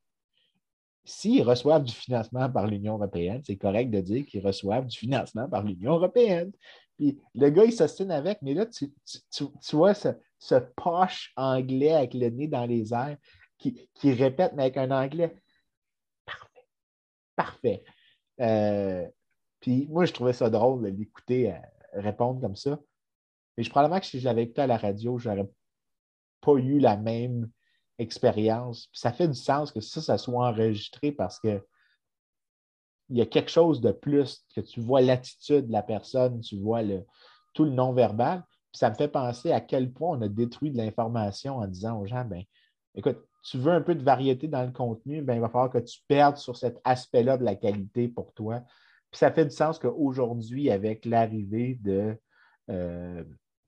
S'ils reçoivent du financement par l'Union européenne, c'est correct de dire qu'ils reçoivent du financement par l'Union européenne. Puis le gars, il s'ostine avec, mais là, tu, tu, tu, tu vois ce, ce poche anglais avec le nez dans les airs qui, qui répète, mais avec un anglais parfait. Parfait. Euh, puis moi, je trouvais ça drôle de l'écouter euh, répondre comme ça. Mais je, probablement que si je l'avais écouté à la radio, je n'aurais pas eu la même expérience. Puis ça fait du sens que ça, ça soit enregistré parce que il y a quelque chose de plus, que tu vois l'attitude de la personne, tu vois le, tout le non-verbal. Puis ça me fait penser à quel point on a détruit de l'information en disant aux gens, ben, écoute, tu veux un peu de variété dans le contenu, ben, il va falloir que tu perdes sur cet aspect-là de la qualité pour toi. Puis ça fait du sens qu'aujourd'hui, avec l'arrivée de, euh,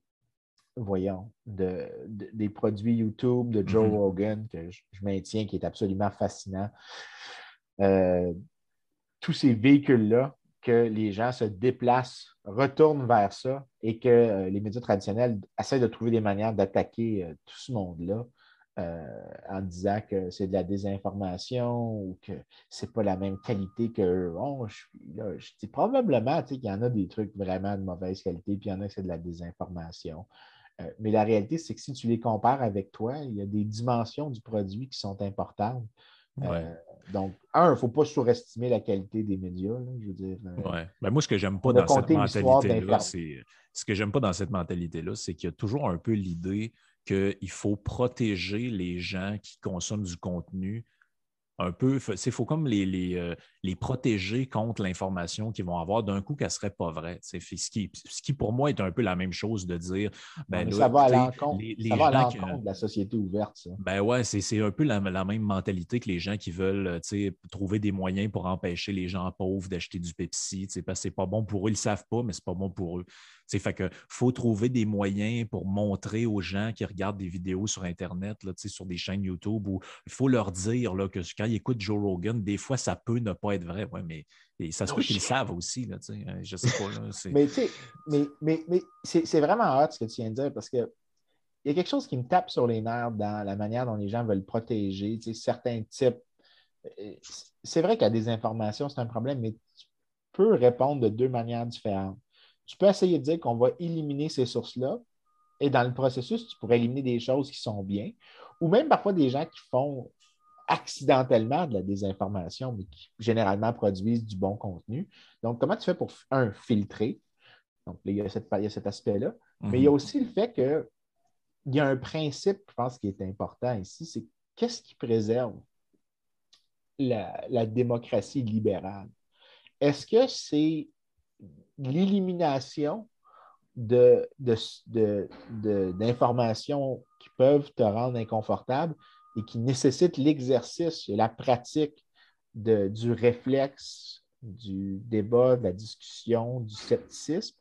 voyons, de, de, des produits YouTube de Joe Mm-hmm. Rogan, que je, je maintiens, qui est absolument fascinant, euh, tous ces véhicules-là, que les gens se déplacent, retournent vers ça et que euh, les médias traditionnels essaient de trouver des manières d'attaquer euh, tout ce monde-là. euh, en disant que c'est de la désinformation ou que c'est pas la même qualité que bon, je, là, je dis probablement qu'il y en a des trucs vraiment de mauvaise qualité, puis il y en a que c'est de la désinformation. Euh, mais la réalité, c'est que si tu les compares avec toi, il y a des dimensions du produit qui sont importantes. Ouais. Euh, donc, un, il ne faut pas surestimer la qualité des médias. Là, je veux dire. Euh, ouais. Ben, moi, ce que j'aime pas on a dans cette compté l'histoire mentalité-là, d'Internet. c'est ce que j'aime pas dans cette mentalité-là, c'est qu'il y a toujours un peu l'idée qu'il faut protéger les gens qui consomment du contenu un peu. Il faut comme les, les, euh, les protéger contre l'information qu'ils vont avoir d'un coup qu'elle ne serait pas vraie. Ce qui, ce qui, pour moi, est un peu la même chose de dire Non, ben mais là, ça va à écoutez, l'encontre, les, ça les va à gens qui. l'encontre de la société ouverte, ça. Ben ouais, c'est un peu la, la, même mentalité que les gens qui veulent trouver des moyens pour empêcher les gens pauvres d'acheter du Pepsi, parce que c'est pas bon pour eux, ils le savent pas, mais c'est pas bon pour eux. T'sais, fait que faut trouver des moyens pour montrer aux gens qui regardent des vidéos sur Internet, là, sur des chaînes YouTube, où il faut leur dire là, que quand ils écoutent Joe Rogan, des fois, ça peut ne pas être vrai. Ouais, mais et ça se peut qu'ils le savent aussi. Là, je sais pas. Là, mais tu sais, mais, mais, mais c'est vraiment hot ce que tu viens de dire parce que il y a quelque chose qui me tape sur les nerfs dans la manière dont les gens veulent protéger certains types. C'est vrai qu'il y a des informations, c'est un problème, mais tu peux répondre de deux manières différentes. Tu peux essayer de dire qu'on va éliminer ces sources-là, et dans le processus, tu pourrais éliminer des choses qui sont bien, ou même parfois des gens qui font accidentellement de la désinformation, mais qui généralement produisent du bon contenu. Donc, comment tu fais pour, un, filtrer? Donc, il y a, cette, il y a cet aspect-là. Mm-hmm. Mais il y a aussi le fait que il y a un principe, je pense, qui est important ici, c'est qu'est-ce qui préserve la, la démocratie libérale? Est-ce que c'est l'élimination de, de, de, de, d'informations qui peuvent te rendre inconfortable et qui nécessitent l'exercice et la pratique de, du réflexe, du débat, de la discussion, du scepticisme,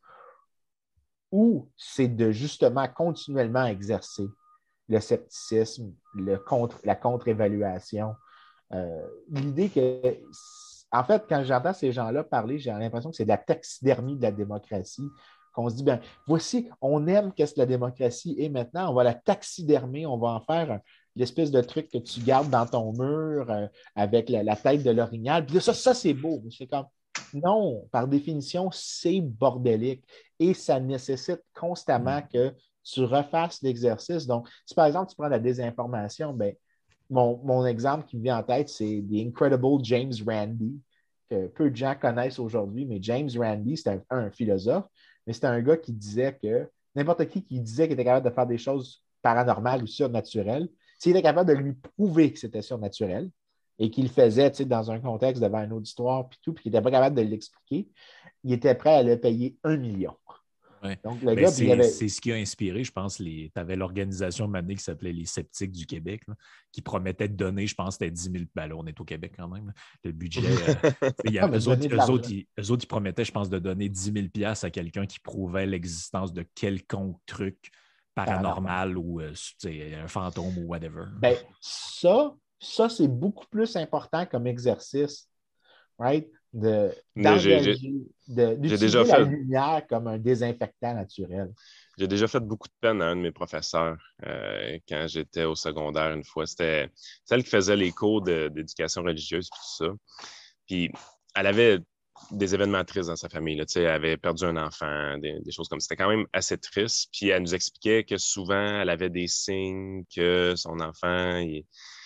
ou c'est de justement continuellement exercer le scepticisme, le contre, la contre-évaluation. Euh, l'idée que, en fait, quand j'entends ces gens-là parler, j'ai l'impression que c'est de la taxidermie de la démocratie, qu'on se dit, ben voici, on aime qu'est-ce que la démocratie est maintenant, on va la taxidermer, on va en faire un, l'espèce de truc que tu gardes dans ton mur euh, avec la, la tête de l'orignal. Puis là, ça, ça c'est beau. C'est comme, non, par définition, c'est bordélique et ça nécessite constamment que tu refasses l'exercice. Donc, si par exemple, tu prends la désinformation, ben, mon, mon exemple qui me vient en tête, c'est The Incredible James Randi, que peu de gens connaissent aujourd'hui, mais James Randi, c'était un, un philosophe, mais c'était un gars qui disait que n'importe qui qui disait qu'il était capable de faire des choses paranormales ou surnaturelles, s'il était capable de lui prouver que c'était surnaturel et qu'il le faisait dans un contexte devant un auditoire, puis tout, puis qu'il n'était pas capable de l'expliquer, il était prêt à le payer un million. Ouais. Donc, le ben gars, c'est, avait... c'est ce qui a inspiré, je pense, tu avais l'organisation Mané qui s'appelait les Sceptiques du Québec, là, qui promettait de donner, je pense, c'était dix mille. Ben là, on est au Québec quand même. Là. Le budget, euh, il y a, ah, eux, autres, eux, autres, ils, eux autres, ils promettaient, je pense, de donner dix mille dollars à quelqu'un qui prouvait l'existence de quelconque truc paranormal, paranormal. ou euh, un fantôme ou whatever. Ben, ça, ça c'est beaucoup plus important comme exercice, right? De, d'engager, de, d'utiliser la fait... lumière comme un désinfectant naturel. J'ai déjà fait beaucoup de peine à un de mes professeurs euh, quand j'étais au secondaire une fois. C'était celle qui faisait les cours de, d'éducation religieuse et tout ça. Puis elle avait des événements tristes dans sa famille. Là. Elle avait perdu un enfant, des, des choses comme ça. C'était quand même assez triste. Puis elle nous expliquait que souvent, elle avait des signes que son enfant... Il,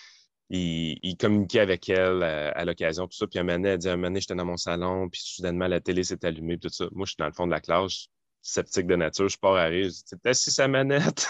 Il, il communiquait avec elle à, à l'occasion, tout ça. Puis un moment donné, elle dit, un moment donné, j'étais dans mon salon, puis soudainement, la télé s'est allumée, tout ça. Moi, je suis dans le fond de la classe, sceptique de nature, je pars à rire, je dis, t'es assis sa manette.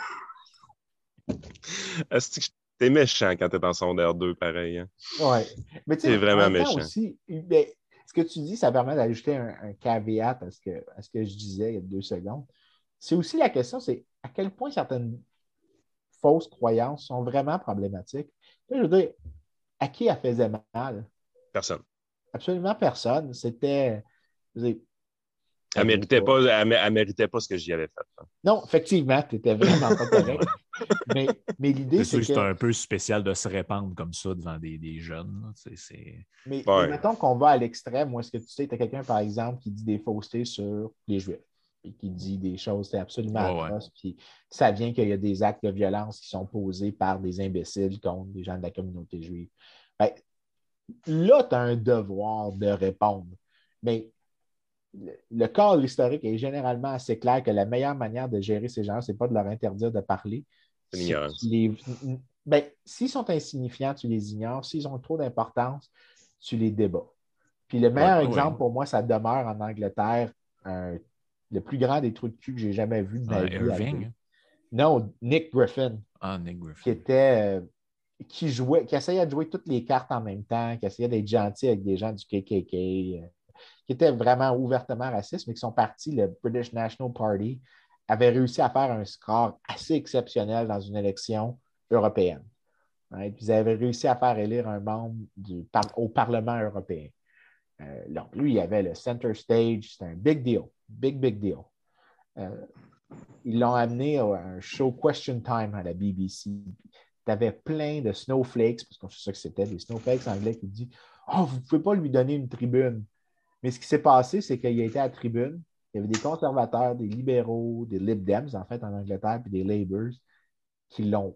T'es méchant quand t'es en secondaire deux, pareil. Hein? Oui. Mais tu sais, vraiment en même temps méchant. aussi, ben, ce que tu dis, ça permet d'ajouter un, un caveat à ce, que, à ce que je disais il y a deux secondes. C'est aussi la question, c'est à quel point certaines fausses croyances sont vraiment problématiques. Là, je veux dire, à qui elle faisait mal? Personne. Absolument personne. C'était. Je veux dire, elle ne méritait pas, elle, elle méritait pas ce que j'y avais fait. Hein. Non, effectivement, tu n'étais vraiment pas correct. mais, mais l'idée, c'est, c'est que... C'est un peu spécial de se répandre comme ça devant des, des jeunes. C'est, c'est... Mais, ouais. mais mettons qu'on va à l'extrême où est-ce que tu sais, tu as quelqu'un, par exemple, qui dit des faussetés sur les Juifs. et qui dit des choses c'est absolument Ouais, ouais. atroces. Puis ça vient qu'il y a des actes de violence qui sont posés par des imbéciles contre des gens de la communauté juive. Ben, là, tu as un devoir de répondre. Mais le, le cadre historique est généralement assez clair que la meilleure manière de gérer ces gens, ce n'est pas de leur interdire de parler. C'est C'est l'ignorance. que tu les- ben, s'ils sont insignifiants, tu les ignores. S'ils ont trop d'importance, tu les débats. Puis le meilleur Ouais, exemple ouais. pour moi, ça demeure en Angleterre, un- le plus grand des trous de cul que j'ai jamais vu de ma Ah, vie. Irving. hein? Non, Nick Griffin, Ah, Nick qui Griffin. était euh, qui jouait, qui essayait de jouer toutes les cartes en même temps, qui essayait d'être gentil avec des gens du K K K, euh, qui étaient vraiment ouvertement racistes, mais qui sont partis, le British National Party avait réussi à faire un score assez exceptionnel dans une élection européenne. Right? Puis ils avaient réussi à faire élire un membre du, par, au Parlement européen. Euh, donc, lui, il avait le center stage, c'était un big deal, big, big deal. Euh, ils l'ont amené à un show Question Time à la B B C. Tu avais plein de snowflakes, parce que c'est ça que c'était, des snowflakes anglais qui disent oh, vous ne pouvez pas lui donner une tribune. Mais ce qui s'est passé, c'est qu'il a été à la tribune. Il y avait des conservateurs, des libéraux, des Lib Dems, en fait, en Angleterre, puis des Labours, qui l'ont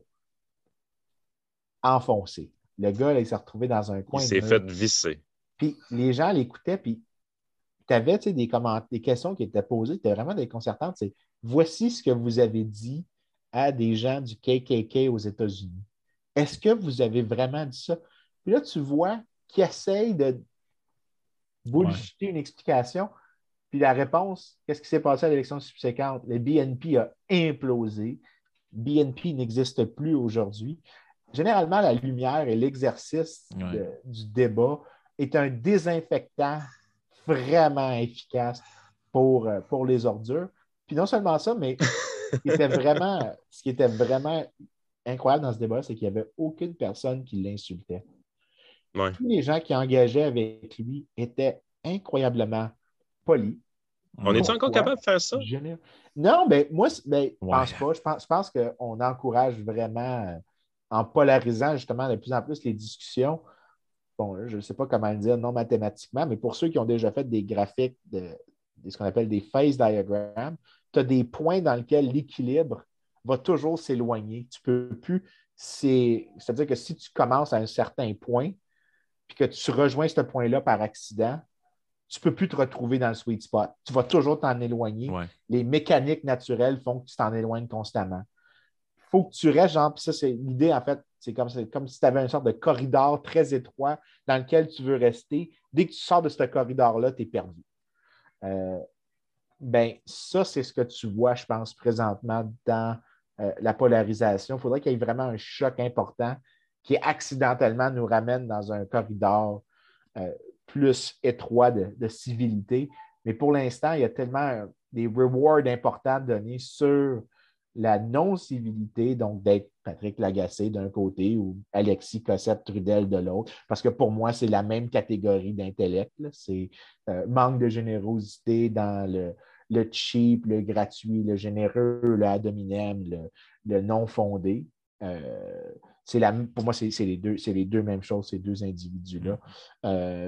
enfoncé. Le gars, là, il s'est retrouvé dans un Il coin de s'est fait mur. visser. Puis les gens l'écoutaient, puis tu avais des, des questions qui étaient posées, qui étaient vraiment déconcertantes. C'est voici ce que vous avez dit à des gens du K K K aux États-Unis. Est-ce que vous avez vraiment dit ça? Puis là, tu vois qu'ils essayent de bullshiter ouais. une explication. Puis la réponse, qu'est-ce qui s'est passé à l'élection subséquente? Le B N P a implosé. B N P n'existe plus aujourd'hui. Généralement, la lumière et l'exercice ouais. de, du débat est un désinfectant vraiment efficace pour, pour les ordures. Puis non seulement ça, mais ce qui était vraiment, ce qui était vraiment incroyable dans ce débat, c'est qu'il n'y avait aucune personne qui l'insultait. Ouais. Tous les gens qui engageaient avec lui étaient incroyablement polis. On est-tu encore capable de faire ça? Génial. Non, mais moi, ben, je ouais. pense pas. Je pense, je pense qu'on encourage vraiment, en polarisant justement de plus en plus les discussions. Bon, je ne sais pas comment le dire non mathématiquement, mais pour ceux qui ont déjà fait des graphiques, de, de ce qu'on appelle des phase diagrammes, tu as des points dans lesquels l'équilibre va toujours s'éloigner. Tu ne peux plus. C'est, c'est-à-dire que si tu commences à un certain point, puis que tu rejoins ce point-là par accident, tu ne peux plus te retrouver dans le sweet spot. Tu vas toujours t'en éloigner. Ouais. Les mécaniques naturelles font que tu t'en éloignes constamment. Il faut que tu restes, genre, puis ça, c'est l'idée, en fait, c'est comme, c'est comme si tu avais une sorte de corridor très étroit dans lequel tu veux rester. Dès que tu sors de ce corridor-là, tu es perdu. Euh, ben, ça, c'est ce que tu vois, je pense, présentement dans euh, la polarisation. Il faudrait qu'il y ait vraiment un choc important qui accidentellement nous ramène dans un corridor euh, plus étroit de, de civilité. Mais pour l'instant, il y a tellement des rewards importants donnés sur la non-civilité, donc d'être Patrick Lagacé d'un côté ou Alexis Cossette-Trudel de l'autre, parce que pour moi, c'est la même catégorie d'intellect. Là. C'est euh, manque de générosité dans le, le cheap, le gratuit, le généreux, le ad hominem, le, le non-fondé. Euh, c'est la, pour moi, c'est, c'est, les deux, c'est les deux mêmes choses, ces deux individus-là. Euh,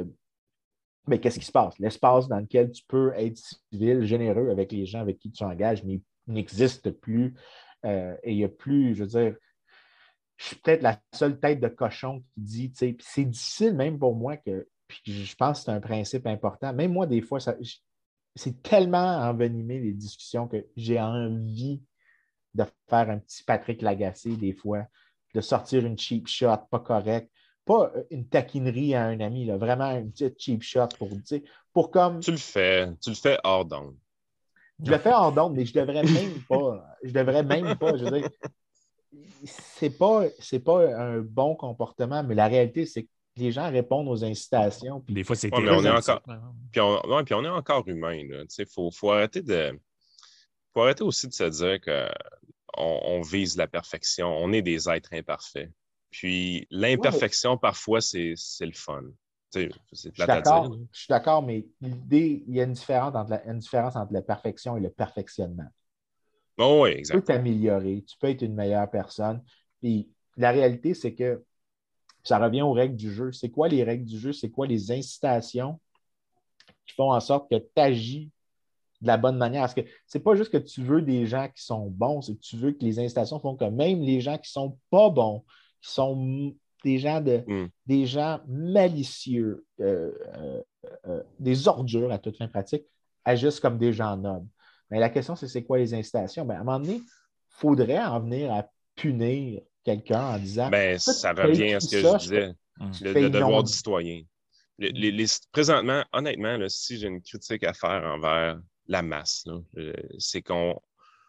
mais qu'est-ce qui se passe? L'espace dans lequel tu peux être civil, généreux avec les gens avec qui tu engages, mais n'existe plus. Euh, et il n'y a plus, je veux dire, je suis peut-être la seule tête de cochon qui dit, tu sais, puis c'est difficile même pour moi que, puis je pense que c'est un principe important. Même moi, des fois, ça, c'est tellement envenimé les discussions que j'ai envie de faire un petit Patrick Lagacé des fois, de sortir une cheap shot pas correcte. Pas une taquinerie à un ami, là, vraiment une petite cheap shot pour, pour comme. Tu le fais, tu le fais hors d'onde. Je le fais hors d'onde, mais je devrais même pas. Je devrais même pas. Je veux dire, c'est pas, c'est pas un bon comportement, mais la réalité, c'est que les gens répondent aux incitations. Des fois, c'est ouais, mais on est encore. Hein. Puis on, ouais, puis on est encore humain. Il faut, faut arrêter de. faut arrêter aussi de se dire qu'on on vise la perfection. On est des êtres imparfaits. Puis l'imperfection, ouais. parfois, c'est, c'est le fun. C'est je, suis d'accord, je suis d'accord, mais l'idée, il y a une différence, entre la, une différence entre la perfection et le perfectionnement. Oh, oui, exact. Tu peux t'améliorer, tu peux être une meilleure personne. Puis la réalité, c'est que ça revient aux règles du jeu. C'est quoi les règles du jeu? C'est quoi les incitations qui font en sorte que tu agis de la bonne manière. Parce que c'est pas juste que tu veux des gens qui sont bons, c'est que tu veux que les installations font que même les gens qui sont pas bons, qui sont des gens, de, Mm. des gens malicieux, euh, euh, euh, des ordures à toute fin pratique, agissent comme des gens nobles. Mais la question, c'est c'est quoi les incitations? Ben, à un moment donné, il faudrait en venir à punir quelqu'un en disant Ben, ça t'as revient à écrit ce que je ça, disais, tu le, fais le devoir inonder. du citoyen. Les, les, les, présentement, honnêtement, là, si j'ai une critique à faire envers la masse, là, euh, c'est qu'on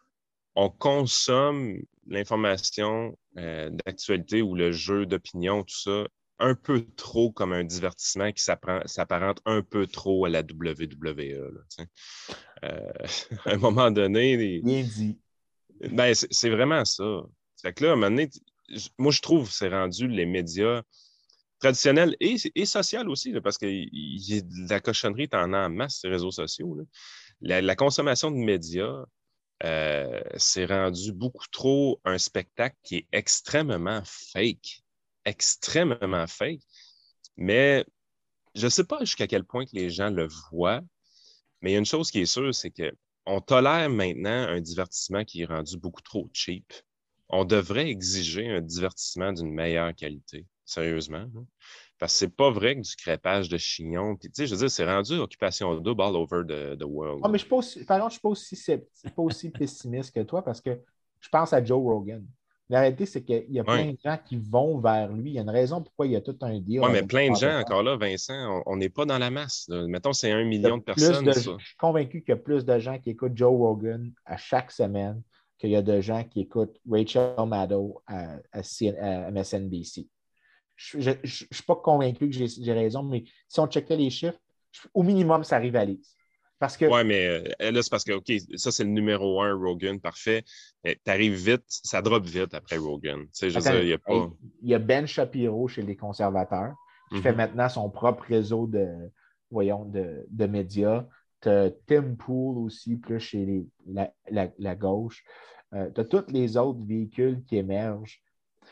on consomme l'information euh, d'actualité ou le jeu d'opinion, tout ça, un peu trop comme un divertissement qui s'apparente un peu trop à la W W E. Là, euh, à un moment donné, les... Bien dit. Ben, c'est vraiment ça. Fait que là, à un moment donné, moi, je trouve que c'est rendu les médias traditionnels et, et sociaux aussi, là, parce que y a de la cochonnerie, t'en as en masse sur les réseaux sociaux. Là. La, la consommation de médias, euh, c'est rendu beaucoup trop un spectacle qui est extrêmement fake. Extrêmement fake. Mais je ne sais pas jusqu'à quel point que les gens le voient, mais il y a une chose qui est sûre, c'est qu'on tolère maintenant un divertissement qui est rendu beaucoup trop cheap. On devrait exiger un divertissement d'une meilleure qualité, sérieusement. Hein? Parce que c'est pas vrai que du crêpage de chignon, puis tu sais, je veux dire, c'est rendu occupation double all over the, the world. Ah, mais je ne suis pas aussi, pas aussi pessimiste que toi parce que je pense à Joe Rogan. La réalité, c'est qu'il y a plein ouais. de gens qui vont vers lui. Il y a une raison pourquoi il y a tout un deal. Oui, mais plein de gens, encore là, Vincent, on n'est pas dans la masse. Là. Mettons, c'est un million de personnes. De, ça. je suis convaincu qu'il y a plus de gens qui écoutent Joe Rogan à chaque semaine qu'il y a de gens qui écoutent Rachel Maddow à, à, à M S N B C. Je ne suis pas convaincu que j'ai raison, mais si on checkait les chiffres, au minimum, ça rivalise. Parce que, ouais, mais euh, là, c'est parce que, OK, ça, c'est le numéro un, Rogan, parfait. Tu arrives vite, ça drop vite après Rogan. Tu sais, je veux dire, il y a pas... Hey, il y a Ben Shapiro chez les conservateurs qui mm-hmm. fait maintenant son propre réseau de, voyons, de, de médias. Tu as Tim Pool aussi, plus chez les, la, la, la gauche. Euh, tu as tous les autres véhicules qui émergent.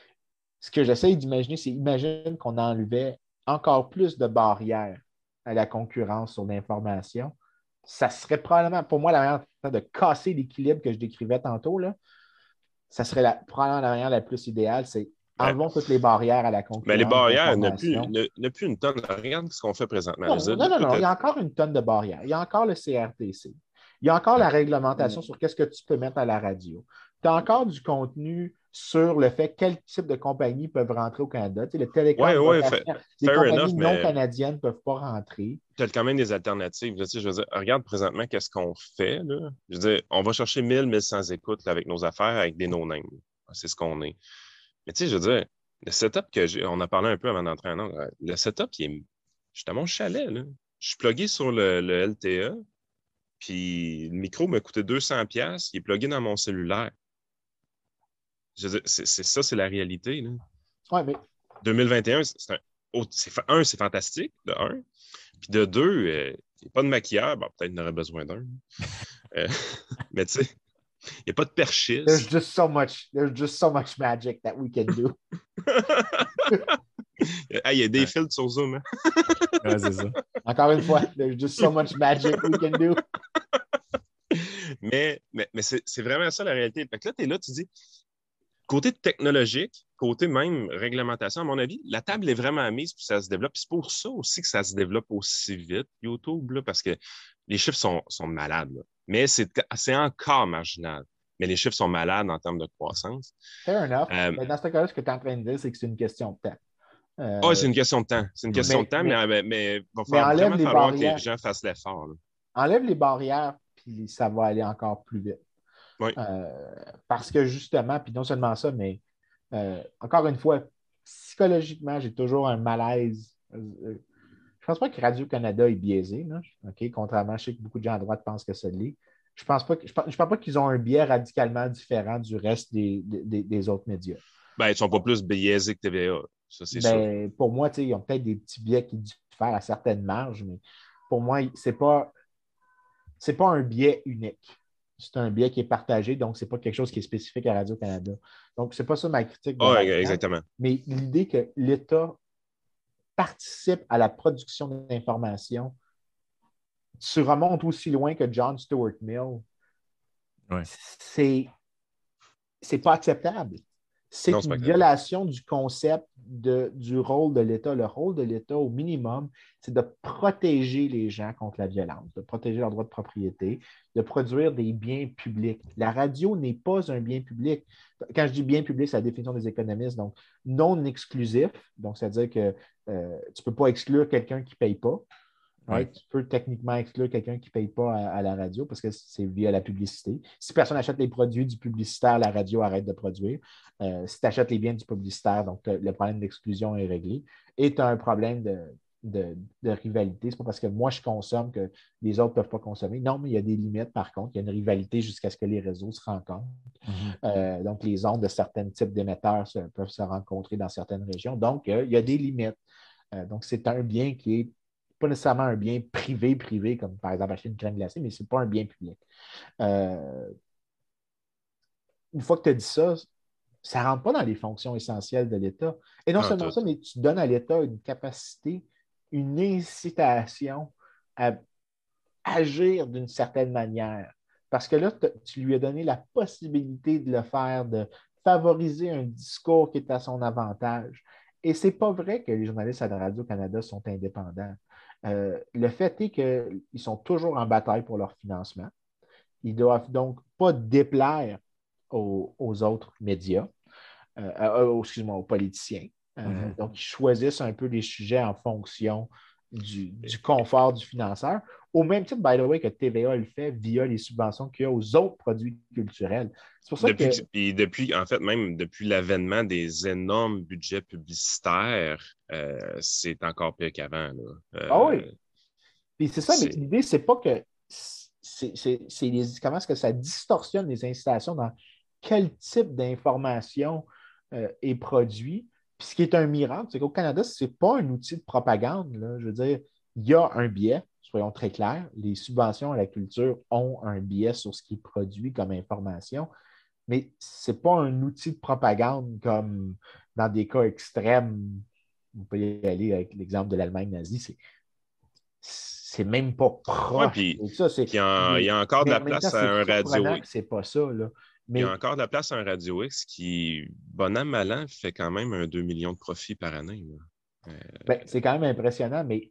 Ce que j'essaie d'imaginer, c'est imagine qu'on enlevait encore plus de barrières à la concurrence sur l'information. Ça serait probablement, pour moi, la manière de casser l'équilibre que je décrivais tantôt, là, ça serait la, probablement la manière la plus idéale, c'est enlevons ouais. toutes les barrières à la concurrence. Mais les barrières, il n'y a, a plus une tonne. Regarde ce qu'on fait présentement. Non, non, non, non, il y a encore une tonne de barrières. Il y a encore le C R T C. Il y a encore la réglementation sur qu'est-ce que tu peux mettre à la radio. Tu as encore du contenu sur le fait quel type de compagnies peuvent rentrer au Canada. Tu sais, le télécom, ouais, ouais, fa- les compagnies enough, non mais... canadiennes ne peuvent pas rentrer. Tu as quand même des alternatives. Là, tu sais, je veux dire, regarde présentement qu'est-ce qu'on fait. Là. Je veux dire, on va chercher mille, mille cent écoutes là, avec nos affaires, avec des no-names. C'est ce qu'on est. Mais tu sais, je veux dire, le setup que j'ai, on a parlé un peu avant d'entrer en ordre, le setup, il est, je suis à mon chalet. Là. Je suis plugué sur le, le L T E, puis le micro m'a coûté deux cents dollars, il est plugué dans mon cellulaire. Je veux dire, c'est, c'est ça, c'est la réalité. Là. Ouais, mais... deux mille vingt et un, c'est un, oh, c'est, un, c'est fantastique, de un. Puis de deux, euh, il n'y a pas de maquilleur. Bon, peut-être qu'il en aurait besoin d'un. euh, mais tu sais, il n'y a pas de perchiste. There's just so much, there's just so much magic that we can do. ah, il y a des filtres sur Zoom. Hein? Ouais, c'est ça. Encore une fois, there's just so much magic we can do. mais mais, mais c'est, c'est vraiment ça la réalité. Fait que là, tu es là, tu dis, côté technologique, côté même réglementation, à mon avis, la table est vraiment mise puis ça se développe. C'est pour ça aussi que ça se développe aussi vite, YouTube, là, parce que les chiffres sont, sont malades. Là. Mais c'est, c'est encore marginal. Mais les chiffres sont malades en termes de croissance. Fair enough. Euh, mais dans ce cas-là, ce que tu es en train de dire, c'est que c'est une question de temps. Euh, oh, c'est une question de temps. C'est une question mais, de temps, mais, mais, mais il va mais vraiment falloir barrières. que les gens fassent l'effort. Là. Enlève les barrières, puis ça va aller encore plus vite. Oui. Euh, parce que justement, puis non seulement ça, mais euh, encore une fois, psychologiquement, j'ai toujours un malaise. Euh, je pense pas que Radio-Canada est biaisé, là. Okay? Contrairement, je sais que beaucoup de gens à droite pensent que ça l'est. Je pense pas que, je pense, je pense pas qu'ils ont un biais radicalement différent du reste des, des, des autres médias. Ben, ils ne sont pas plus biaisés que T V A. Ça, c'est ben, sûr. Pour moi, ils ont peut-être des petits biais qui diffèrent à certaines marges, mais pour moi, ce n'est pas, c'est pas un biais unique. C'est un biais qui est partagé, donc ce n'est pas quelque chose qui est spécifique à Radio-Canada. Donc, ce n'est pas ça ma critique. Oh, exactement. Mais l'idée que l'État participe à la production d'informations tu remontes aussi loin que John Stuart Mill, ouais. c'est, c'est pas acceptable. C'est Non, c'est une pas violation du concept de, du rôle de l'État. Le rôle de l'État, au minimum, c'est de protéger les gens contre la violence, de protéger leurs droits de propriété, de produire des biens publics. La radio n'est pas un bien public. Quand je dis bien public, c'est la définition des économistes, donc non exclusif, donc c'est-à-dire que euh, tu ne peux pas exclure quelqu'un qui ne paye pas. Right? Tu peux techniquement exclure quelqu'un qui ne paye pas à, à la radio parce que c'est via la publicité. Si personne n'achète les produits du publicitaire, la radio arrête de produire. Euh, si tu achètes les biens du publicitaire, donc le problème d'exclusion est réglé. Et tu as un problème de, de, de rivalité. Ce n'est pas parce que moi, je consomme que les autres ne peuvent pas consommer. Non, mais il y a des limites, par contre. Il y a une rivalité jusqu'à ce que les réseaux se rencontrent. Mm-hmm. Euh, donc, les ondes de certains types d'émetteurs se, peuvent se rencontrer dans certaines régions. Donc, euh, il y a des limites. Euh, donc, c'est un bien qui est pas nécessairement un bien privé, privé, comme par exemple acheter une crème glacée, mais ce n'est pas un bien public. Euh, une fois que tu as dit ça, ça ne rentre pas dans les fonctions essentielles de l'État. Et non, non seulement tout. ça, mais tu donnes à l'État une capacité, une incitation à agir d'une certaine manière. Parce que là, tu lui as donné la possibilité de le faire, de favoriser un discours qui est à son avantage. Et ce n'est pas vrai que les journalistes à la Radio-Canada sont indépendants. Euh, le fait est qu'ils sont toujours en bataille pour leur financement. Ils ne doivent donc pas déplaire aux, aux autres médias, euh, euh, excuse-moi, aux politiciens. Euh, mm-hmm. Donc, ils choisissent un peu les sujets en fonction du, du confort du financeur. Au même titre, by the way, que T V A le fait via les subventions qu'il y a aux autres produits culturels. C'est pour ça depuis, que... Puis depuis, en fait, même depuis l'avènement des énormes budgets publicitaires, euh, c'est encore pire qu'avant. Là. Euh, ah oui. Puis c'est ça, c'est... mais l'idée, c'est pas que c'est, c'est, c'est les, comment est-ce que ça distorsionne les incitations dans quel type d'information euh, est produit. Puis ce qui est un miracle, c'est qu'au Canada, ce n'est pas un outil de propagande. Là. Je veux dire, il y a un biais, soyons très clairs. Les subventions à la culture ont un biais sur ce qui est produit comme information, mais ce n'est pas un outil de propagande comme dans des cas extrêmes. On peut y aller avec l'exemple de l'Allemagne nazie. C'est, c'est même pas proche. Ouais, puis, ça, c'est, puis il y a encore de la place temps, à un Radio X. C'est pas ça, là. Mais... Il y a encore de la place à un Radio X qui, bon an, mal an, fait quand même un deux millions de profits par année. Euh... Ben, c'est quand même impressionnant, mais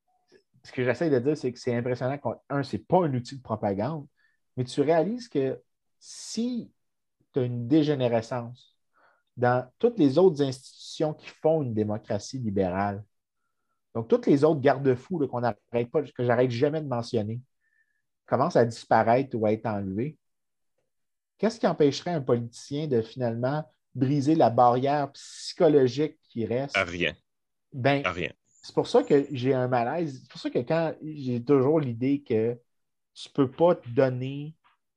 ce que j'essaie de dire, c'est que c'est impressionnant qu'un, c'est pas un outil de propagande, mais tu réalises que si tu as une dégénérescence dans toutes les autres institutions qui font une démocratie libérale, donc toutes les autres garde-fous là, qu'on n'arrête pas, que j'arrête jamais de mentionner, commencent à disparaître ou à être enlevés, qu'est-ce qui empêcherait un politicien de finalement briser la barrière psychologique qui reste? À rien. Ben, à rien. C'est pour ça que j'ai un malaise. C'est pour ça que quand j'ai toujours l'idée que tu ne peux pas te donner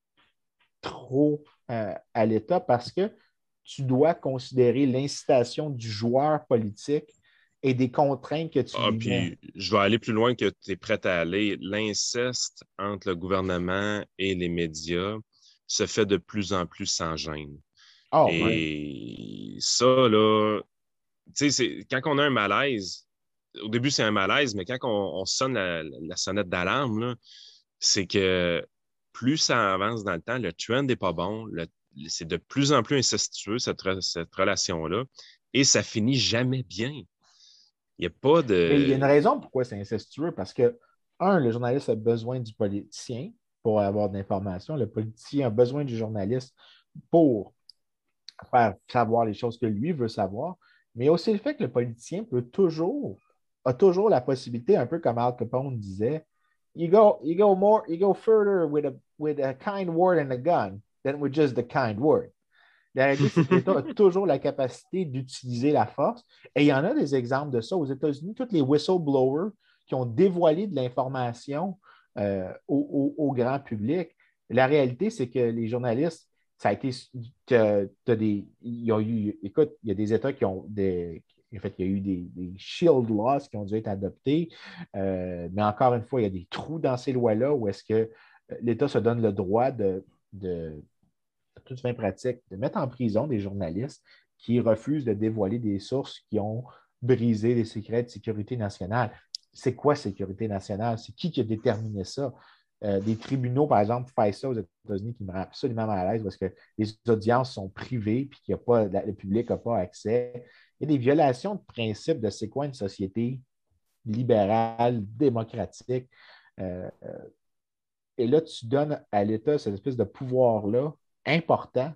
trop euh, à l'État parce que tu dois considérer l'incitation du joueur politique et des contraintes que tu ah, lui mets. Puis, je vais aller plus loin que tu es prêt à aller. L'inceste entre le gouvernement et les médias se fait de plus en plus sans gêne. Oh, et ouais. Ça, là, tu sais, quand on a un malaise, au début, c'est un malaise, mais quand on, on sonne la, la sonnette d'alarme, là, c'est que plus ça avance dans le temps, le trend n'est pas bon, le, c'est de plus en plus incestueux, cette, cette relation-là, et ça finit jamais bien. Il n'y a pas de... Mais il y a une raison pourquoi c'est incestueux, parce que, un, le journaliste a besoin du politicien pour avoir de l'information, le politicien a besoin du journaliste pour faire savoir les choses que lui veut savoir, mais aussi le fait que le politicien peut toujours, a toujours la possibilité, un peu comme Al Capone disait, you go, you go more, you go further with a, with a kind word and a gun than with just the kind word. La réalité, c'est que l'État a toujours la capacité d'utiliser la force. Et il y en a des exemples de ça. Aux États-Unis, tous les whistleblowers qui ont dévoilé de l'information euh, au, au, au grand public, la réalité, c'est que les journalistes, ça a été. T'as, t'as des, il y a eu, écoute, il y a des États qui ont des. En fait, il y a eu des, des shield laws qui ont dû être adoptés. Euh, mais encore une fois, il y a des trous dans ces lois-là où est-ce que l'État se donne le droit de, de toute fin pratique, de mettre en prison des journalistes qui refusent de dévoiler des sources qui ont brisé les secrets de sécurité nationale. c'est quoi sécurité nationale? C'est qui qui a déterminé ça? Euh, des tribunaux, par exemple, FISA aux États-Unis, qui me rend absolument mal à l'aise parce que les audiences sont privées puis qu'il y a pas, le public n'a pas accès. Il y a des violations de principe de c'est quoi une société libérale, démocratique. Euh, et là, tu donnes à l'État cette espèce de pouvoir-là important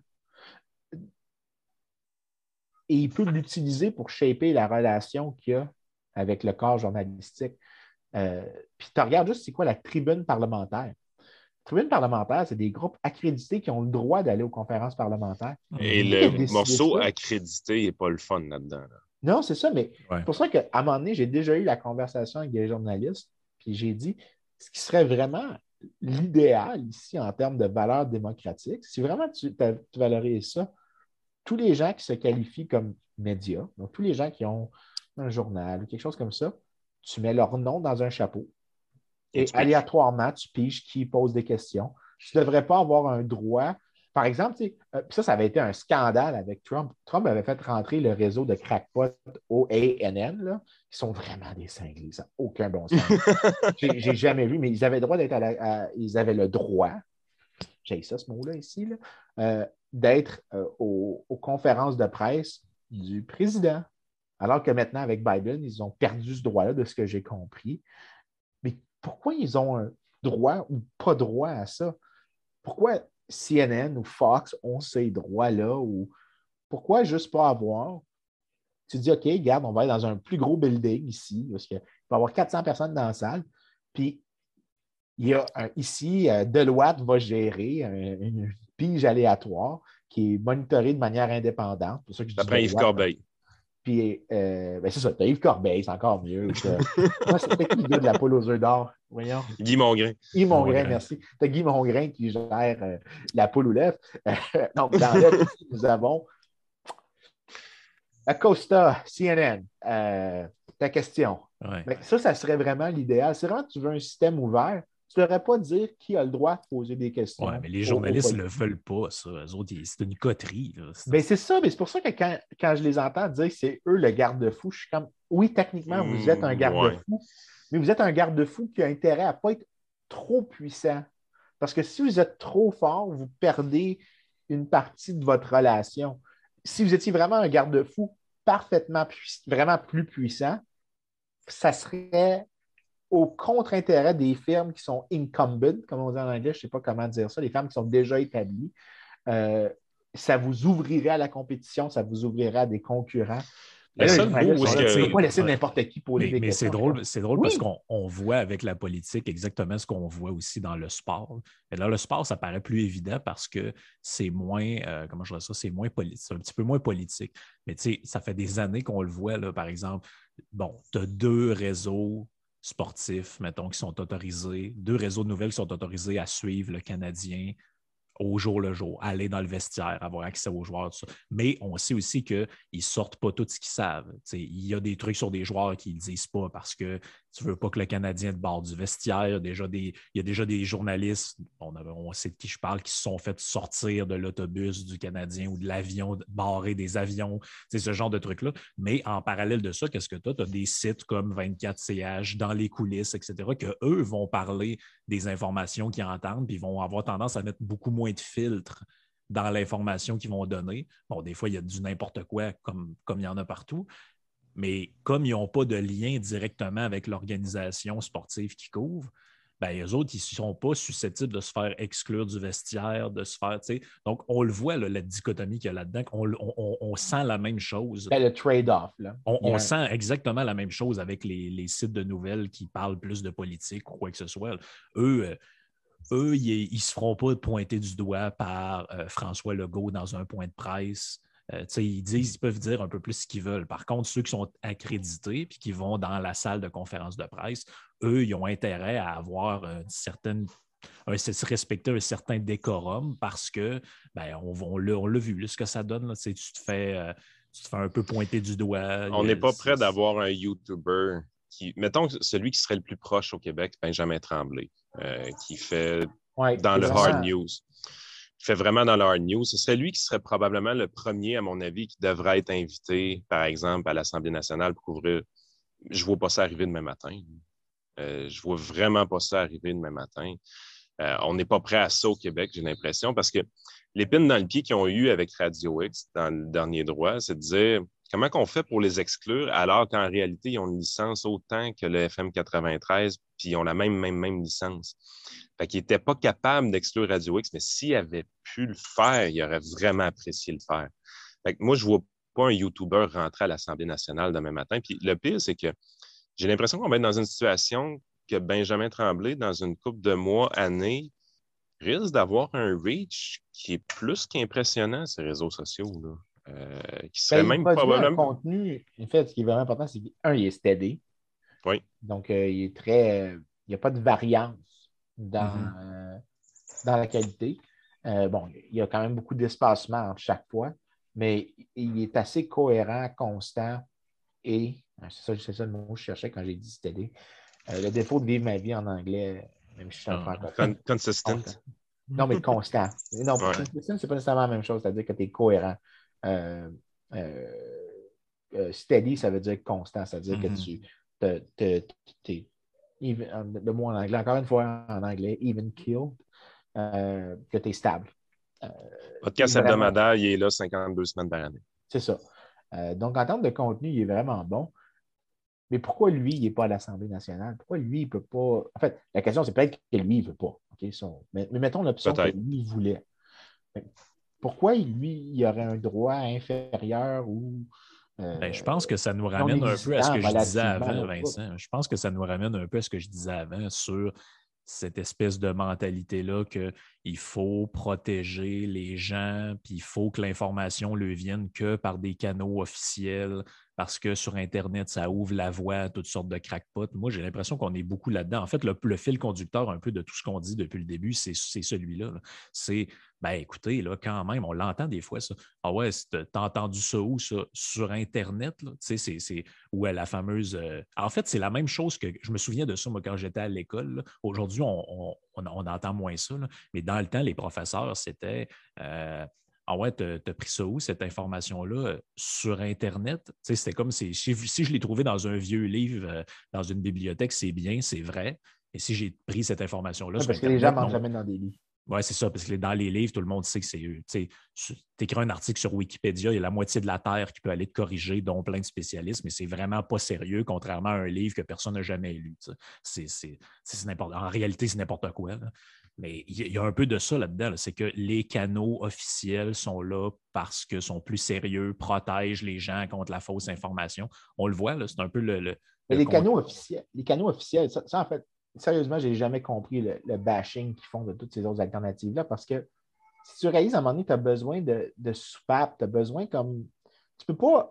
et il peut l'utiliser pour shaper la relation qu'il y a avec le corps journalistique. Euh, puis tu regardes juste c'est quoi la tribune parlementaire. La tribune parlementaire, c'est des groupes accrédités qui ont le droit d'aller aux conférences parlementaires. Et le morceau ça? accrédité n'est pas le fun là-dedans. Là. Non, c'est ça, mais ouais. c'est pour ça qu'à un moment donné, j'ai déjà eu la conversation avec des journalistes, puis j'ai dit ce qui serait vraiment l'idéal ici en termes de valeurs démocratiques, si vraiment tu, tu valorises ça, tous les gens qui se qualifient comme médias, donc tous les gens qui ont un journal ou quelque chose comme ça, tu mets leur nom dans un chapeau et, et tu aléatoirement, tu piges qui pose des questions. Tu ne devrais pas avoir un droit. Par exemple, euh, ça, ça avait été un scandale avec Trump. Trump avait fait rentrer le réseau de crackpots O A N N, là, qui sont vraiment des cinglés. Ça n'a aucun bon sens. j'ai, j'ai jamais vu, mais ils avaient le droit d'être à la, à, ils avaient le droit, j'ai ça ce mot-là ici, là, euh, d'être euh, aux, aux conférences de presse du président. Alors que maintenant, avec Biden, ils ont perdu ce droit-là, de ce que j'ai compris. Mais pourquoi ils ont un droit ou pas droit à ça? Pourquoi C N N ou Fox ont ces droits-là? Ou pourquoi juste pas avoir? Tu dis, OK, regarde, on va aller dans un plus gros building ici, parce qu'il va y avoir quatre cents personnes dans la salle, puis il y a un, ici, euh, Deloitte va gérer un, une pige aléatoire qui est monitorée de manière indépendante. Pour ça que je dis Après Yves Corbeil. Puis, euh, ben c'est ça, tu as Yves Corbeil, c'est encore mieux. Moi, c'était qui le gars de la poule aux œufs d'or? Voyons. Guy Mongrain. Guy Mongrain, Mongrain. Merci. Tu as Guy Mongrain qui gère euh, la poule aux lèvres. Donc, dans l'œuf, ici, nous avons Acosta, C N N. Euh, ta question. Ouais. Ben, ça, ça serait vraiment l'idéal. C'est vraiment que tu veux un système ouvert. Tu ne devrais pas dire qui a le droit de poser des questions. Oui, mais les journalistes ne le veulent pas, ça. Eux autres, c'est une coterie. C'est... Ben, c'est ça, mais c'est pour ça que quand, quand je les entends dire que c'est eux le garde-fou, je suis comme, oui, techniquement, vous mmh, êtes un garde-fou, ouais. mais vous êtes un garde-fou qui a intérêt à ne pas être trop puissant. Parce que si vous êtes trop fort, vous perdez une partie de votre relation. Si vous étiez vraiment un garde-fou parfaitement puiss- vraiment plus puissant, ça serait au contre-intérêt des firmes qui sont incumbent, comme on dit en anglais, je ne sais pas comment dire ça, les firmes qui sont déjà établies. Euh, ça vous ouvrirait à la compétition, ça vous ouvrirait à des concurrents. Le là, seul bout où tu ne peux pas laisser n'importe qui poser mais, des mais questions. Mais c'est drôle, c'est drôle oui. parce qu'on on voit avec la politique exactement ce qu'on voit aussi dans le sport. Mais dans le sport, ça paraît plus évident parce que c'est moins, euh, comment je dirais ça, c'est moins politique, c'est un petit peu moins politique. Mais tu sais, ça fait des années qu'on le voit, là, par exemple, bon, tu as deux réseaux sportifs, mettons, qui sont autorisés, deux réseaux de nouvelles qui sont autorisés à suivre le Canadien au jour le jour, aller dans le vestiaire, avoir accès aux joueurs, tout ça. Mais on sait aussi qu'ils ne sortent pas tout ce qu'ils savent. T'sais, il y a des trucs sur des joueurs qu'ils ne disent pas parce que tu ne veux pas que le Canadien te barre du vestiaire. Déjà des, il y a déjà des journalistes, on, a, on sait de qui je parle, qui se sont fait sortir de l'autobus du Canadien ou de l'avion, barrer des avions, ce genre de trucs-là. Mais en parallèle de ça, qu'est-ce que tu as? Tu as des sites comme vingt-quatre C H, dans les coulisses, et cetera, qu'eux vont parler des informations qu'ils entendent, puis ils vont avoir tendance à mettre beaucoup moins de filtres dans l'information qu'ils vont donner. Bon, des fois, il y a du n'importe quoi, comme, comme il y en a partout, mais comme ils n'ont pas de lien directement avec l'organisation sportive qu'ils couvrent, ben, eux autres, ils ne sont pas susceptibles de se faire exclure du vestiaire, de se faire, tu sais. Donc, on le voit, là, la dichotomie qu'il y a là-dedans, on, on, on sent la même chose. C'est le trade-off, là. On, on a... sent exactement la même chose avec les, les sites de nouvelles qui parlent plus de politique ou quoi que ce soit. Eux, euh, eux ils ne se feront pas pointer du doigt par euh, François Legault dans un point de presse. Euh, ils disent, ils peuvent dire un peu plus ce qu'ils veulent. Par contre, ceux qui sont accrédités et qui vont dans la salle de conférence de presse, eux, ils ont intérêt à avoir une certaine, un, respecter un certain décorum parce que, ben, on, on, l'a, on l'a vu, là, ce que ça donne. Là, tu te fais, euh, tu te fais un peu pointer du doigt. On n'est pas prêt d'avoir un YouTuber qui, mettons, celui qui serait le plus proche au Québec, Benjamin Tremblay, euh, qui fait ouais, dans le vraiment... hard news. Il fait vraiment dans le hard news. Ce serait lui qui serait probablement le premier, à mon avis, qui devrait être invité, par exemple, à l'Assemblée nationale pour couvrir. Je ne vois pas ça arriver demain matin. Euh, je vois vraiment pas ça arriver demain matin. Euh, on n'est pas prêt à ça au Québec, j'ai l'impression, parce que l'épine dans le pied qu'ils ont eu avec Radio X dans le dernier droit, c'est de dire comment qu'on fait pour les exclure alors qu'en réalité, ils ont une licence autant que le F M quatre-vingt-treize, puis ils ont la même, même, même licence. Fait qu'ils n'étaient pas capables d'exclure Radio X, mais s'ils avaient pu le faire, ils auraient vraiment apprécié le faire. Fait que moi, je vois pas un YouTuber rentrer à l'Assemblée nationale demain matin. Puis le pire, c'est que j'ai l'impression qu'on va être dans une situation que Benjamin Tremblay, dans une couple de mois, années, risque d'avoir un reach qui est plus qu'impressionnant, ces réseaux sociaux, là. Euh, qui serait Ben, il même produit un probablement. contenu, en fait, ce qui est vraiment important, c'est qu'un, il est steady. Oui. Donc, euh, il est très. Euh, il n'y a pas de variance dans, Mhm. euh, dans la qualité. Euh, bon, il y a quand même beaucoup d'espacement entre chaque fois, mais il est assez cohérent, constant et. C'est ça, c'est ça le mot que je cherchais quand j'ai dit steady. Euh, le défaut de vivre ma vie en anglais, même si je suis un Ah. francophone. Con- consistent. Non, mais constant. Non, Ouais. consistent, c'est pas nécessairement la même chose, c'est-à-dire que tu es cohérent. Euh, euh, euh, steady, ça veut dire constant, c'est-à-dire que Mhm. tu te, te, t'es, even- le mot en anglais, encore une fois en anglais, even killed, euh, que tu es stable. Euh, t'es Podcast vraiment, hebdomadaire, il est là cinquante-deux semaines par année. c'est ça. Euh, donc, en termes de contenu, il est vraiment bon. Mais pourquoi lui, il n'est pas à l'Assemblée nationale? Pourquoi lui, il ne peut pas. En fait, la question, c'est peut-être que lui, il ne veut pas. Okay? So, mais, mais mettons l'option que Peut-être. lui, il voulait. Pourquoi lui, il aurait un droit inférieur ou Ben, je euh, pense que ça nous non ramène un peu à ce existant que je disais relativement à avant, l'autre groupe? Vincent. Je pense que ça nous ramène un peu à ce que je disais avant sur cette espèce de mentalité-là qu'il faut protéger les gens, puis il faut que l'information ne vienne que par des canaux officiels, parce que sur Internet, ça ouvre la voie à toutes sortes de crackpots. Moi, j'ai l'impression qu'on est beaucoup là-dedans. En fait, le, le fil conducteur un peu de tout ce qu'on dit depuis le début, c'est c'est celui-là. Là. C'est, ben écoutez, là, quand même, on l'entend des fois, ça. Ah ouais, c'est- t'as entendu ça où, ça? Sur Internet, là? Tu sais, c'est, c'est, ou à la fameuse... euh, En fait, c'est la même chose que... Je me souviens de ça, moi, quand j'étais à l'école. Là. Aujourd'hui, on, on, on- on entend moins ça, là. Mais dans le temps, les professeurs, c'était... euh, ah ouais, t'as t'as pris ça où, cette information-là? euh, Sur Internet? Tu sais, c'était comme si, si, si je l'ai trouvé dans un vieux livre, euh, dans une bibliothèque, c'est bien, c'est vrai. Et si j'ai pris cette information-là Oui, sur parce que les gens ne Internet, mangent non. jamais dans des lits. Oui, c'est ça, parce que dans les livres, tout le monde sait que c'est eux. Tu écris un article sur Wikipédia, il y a la moitié de la Terre qui peut aller te corriger, dont plein de spécialistes, mais c'est vraiment pas sérieux, contrairement à un livre que personne n'a jamais lu. C'est, c'est, c'est n'importe, en réalité, c'est n'importe quoi. Là. Mais il y, y a un peu de ça là-dedans. Là. C'est que les canaux officiels sont là parce qu'ils sont plus sérieux, protègent les gens contre la fausse information. On le voit, là, c'est un peu le, le, Mais le les con... canaux officiels, les canaux officiels, ça, ça en fait, sérieusement, je n'ai jamais compris le, le bashing qu'ils font de toutes ces autres alternatives-là parce que si tu réalises à un moment donné, tu as besoin de, de soupape, tu as besoin comme. Tu ne peux pas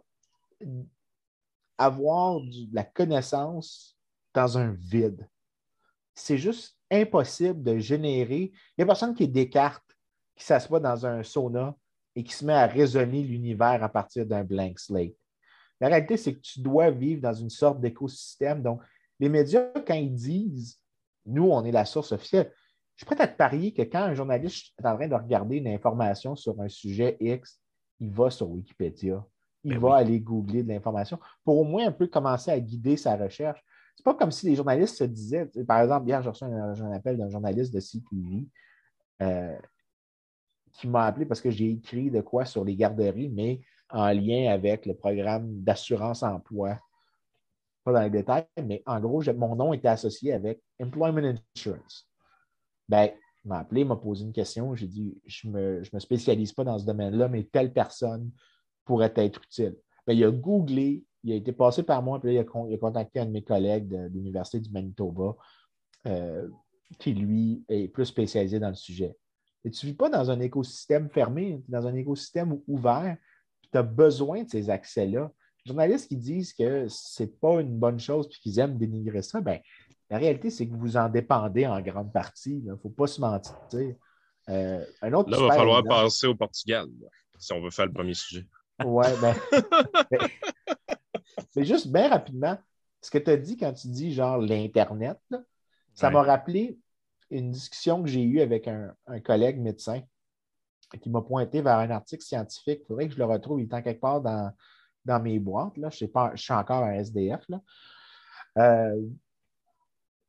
avoir du- de la connaissance dans un vide. C'est juste impossible de générer. Il n'y a personne qui est Descartes, qui s'assoit dans un sauna et qui se met à raisonner l'univers à partir d'un blank slate. La réalité, c'est que tu dois vivre dans une sorte d'écosystème. Donc, les médias, quand ils disent nous, on est la source officielle, je suis prêt à te parier que quand un journaliste est en train de regarder une information sur un sujet X, il va sur Wikipédia, il Ben va oui. aller googler de l'information pour au moins un peu commencer à guider sa recherche. C'est pas comme si les journalistes se disaient, par exemple, hier, j'ai reçu un, un appel d'un journaliste de C T V euh, qui m'a appelé parce que j'ai écrit de quoi sur les garderies, mais en lien avec le programme d'assurance emploi. Pas dans les détails, mais en gros, je, mon nom était associé avec Employment Insurance. Ben, il m'a appelé, il m'a posé une question. J'ai dit, je ne me, je me spécialise pas dans ce domaine-là, mais telle personne pourrait être utile. Ben, il a googlé, il a été passé par moi, puis là, il, a, il a contacté un de mes collègues de, de l'Université du Manitoba, euh, qui, lui, est plus spécialisé dans le sujet. Et tu ne vis pas dans un écosystème fermé, tu es dans un écosystème ouvert, puis tu as besoin de ces accès-là. Les journalistes qui disent que ce n'est pas une bonne chose puis qu'ils aiment dénigrer ça, ben, la réalité, c'est que vous en dépendez en grande partie. Il ne faut pas se mentir. Euh, un autre Là, il va super falloir exemple. passer au Portugal, là, si on veut faire le premier sujet. Ouais, ben, mais, mais juste bien rapidement, ce que tu as dit quand tu dis genre l'Internet, là, ça Ouais. m'a rappelé une discussion que j'ai eue avec un, un collègue médecin qui m'a pointé vers un article scientifique. Il faudrait que je le retrouve. Il est en quelque part dans, dans mes boîtes. Là. Je, sais pas, je suis encore un S D F. Là. Euh,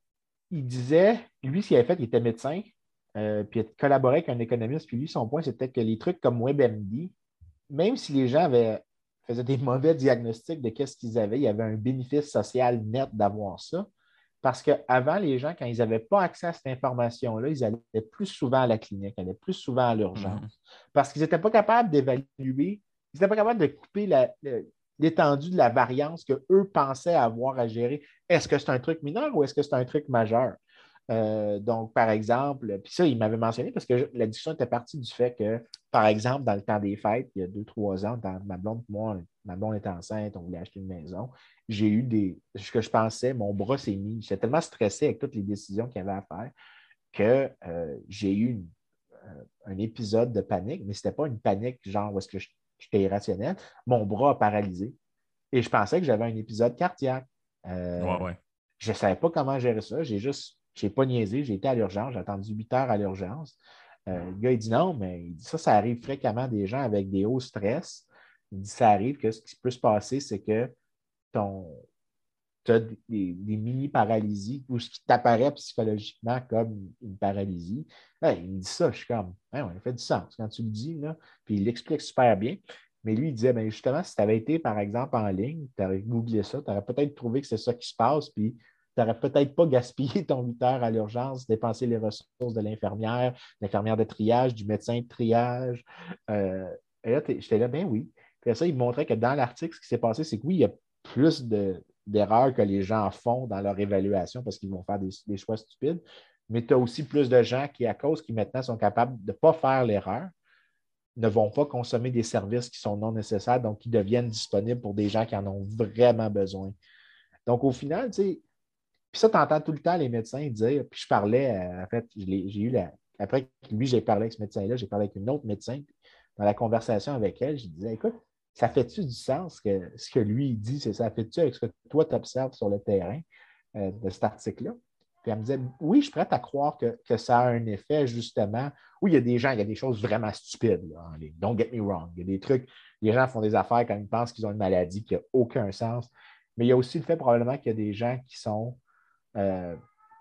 il disait, lui, ce qu'il avait fait, il était médecin, euh, puis il collaborait avec un économiste, puis lui, son point, c'était que les trucs comme WebMD, même si les gens avaient, faisaient des mauvais diagnostics de qu'est-ce qu'ils avaient, il y avait un bénéfice social net d'avoir ça. Parce qu'avant, les gens, quand ils n'avaient pas accès à cette information-là, ils allaient plus souvent à la clinique, ils allaient plus souvent à l'urgence. Mm-hmm. Parce qu'ils n'étaient pas capables d'évaluer, ils n'étaient pas capables de couper la, l'étendue de la variance qu'eux pensaient avoir à gérer. Est-ce que c'est un truc mineur ou est-ce que c'est un truc majeur? Euh, donc, par exemple, puis ça, il m'avait mentionné parce que la discussion était partie du fait que, par exemple, dans le temps des fêtes, il y a deux, trois ans, dans ma blonde, moi, ma blonde était enceinte, on voulait acheter une maison. J'ai eu des. Ce que je pensais, mon bras s'est mis. J'étais tellement stressé avec toutes les décisions qu'il y avait à faire que euh, j'ai eu une, euh, un épisode de panique, mais ce n'était pas une panique genre où est-ce que j'étais irrationnel. Mon bras a paralysé et je pensais que j'avais un épisode cardiaque. Euh, ouais, ouais. Je ne savais pas comment gérer ça. J'ai juste. Je n'ai pas niaisé, j'ai été à l'urgence, j'ai attendu huit heures à l'urgence. Euh, le gars, il dit non, mais il dit ça, ça arrive fréquemment des gens avec des hauts stress. Il dit ça arrive que ce qui peut se passer, c'est que ton, tu as des, des mini-paralysies ou ce qui t'apparaît psychologiquement comme une paralysie. Là, il me dit ça, je suis comme, hein, ouais, ça fait du sens quand tu le dis, là. Puis il l'explique super bien. Mais lui, il disait, bien, justement, si tu avais été, par exemple, en ligne, tu aurais googlé ça, tu aurais peut-être trouvé que c'est ça qui se passe, puis tu n'aurais peut-être pas gaspillé ton huit heures à l'urgence, dépensé les ressources de l'infirmière, de l'infirmière de triage, du médecin de triage. Euh, et là, j'étais là, ben oui. Puis ça, il me montrait que dans l'article, ce qui s'est passé, c'est que oui, il y a plus de, d'erreurs que les gens font dans leur évaluation parce qu'ils vont faire des, des choix stupides, mais tu as aussi plus de gens qui, à cause qui maintenant sont capables de ne pas faire l'erreur, ne vont pas consommer des services qui sont non nécessaires, donc qui deviennent disponibles pour des gens qui en ont vraiment besoin. Donc, au final, tu sais, puis ça, tu entends tout le temps les médecins dire, puis je parlais, euh, en fait, j'ai eu la. Après que lui, j'ai parlé avec ce médecin-là, j'ai parlé avec une autre médecin. Dans la conversation avec elle, je disais, écoute, ça fait-tu du sens que ce que lui il dit, c'est ça fait-tu avec ce que toi tu observes sur le terrain euh, de cet article-là? Puis elle me disait, oui, je suis prête à croire que, que ça a un effet, justement. Oui, il y a des gens, il y a des choses vraiment stupides là, en ligne. Don't get me wrong. Il y a des trucs, les gens font des affaires quand ils pensent qu'ils ont une maladie qui n'a aucun sens. Mais il y a aussi le fait probablement qu'il y a des gens qui sont Euh,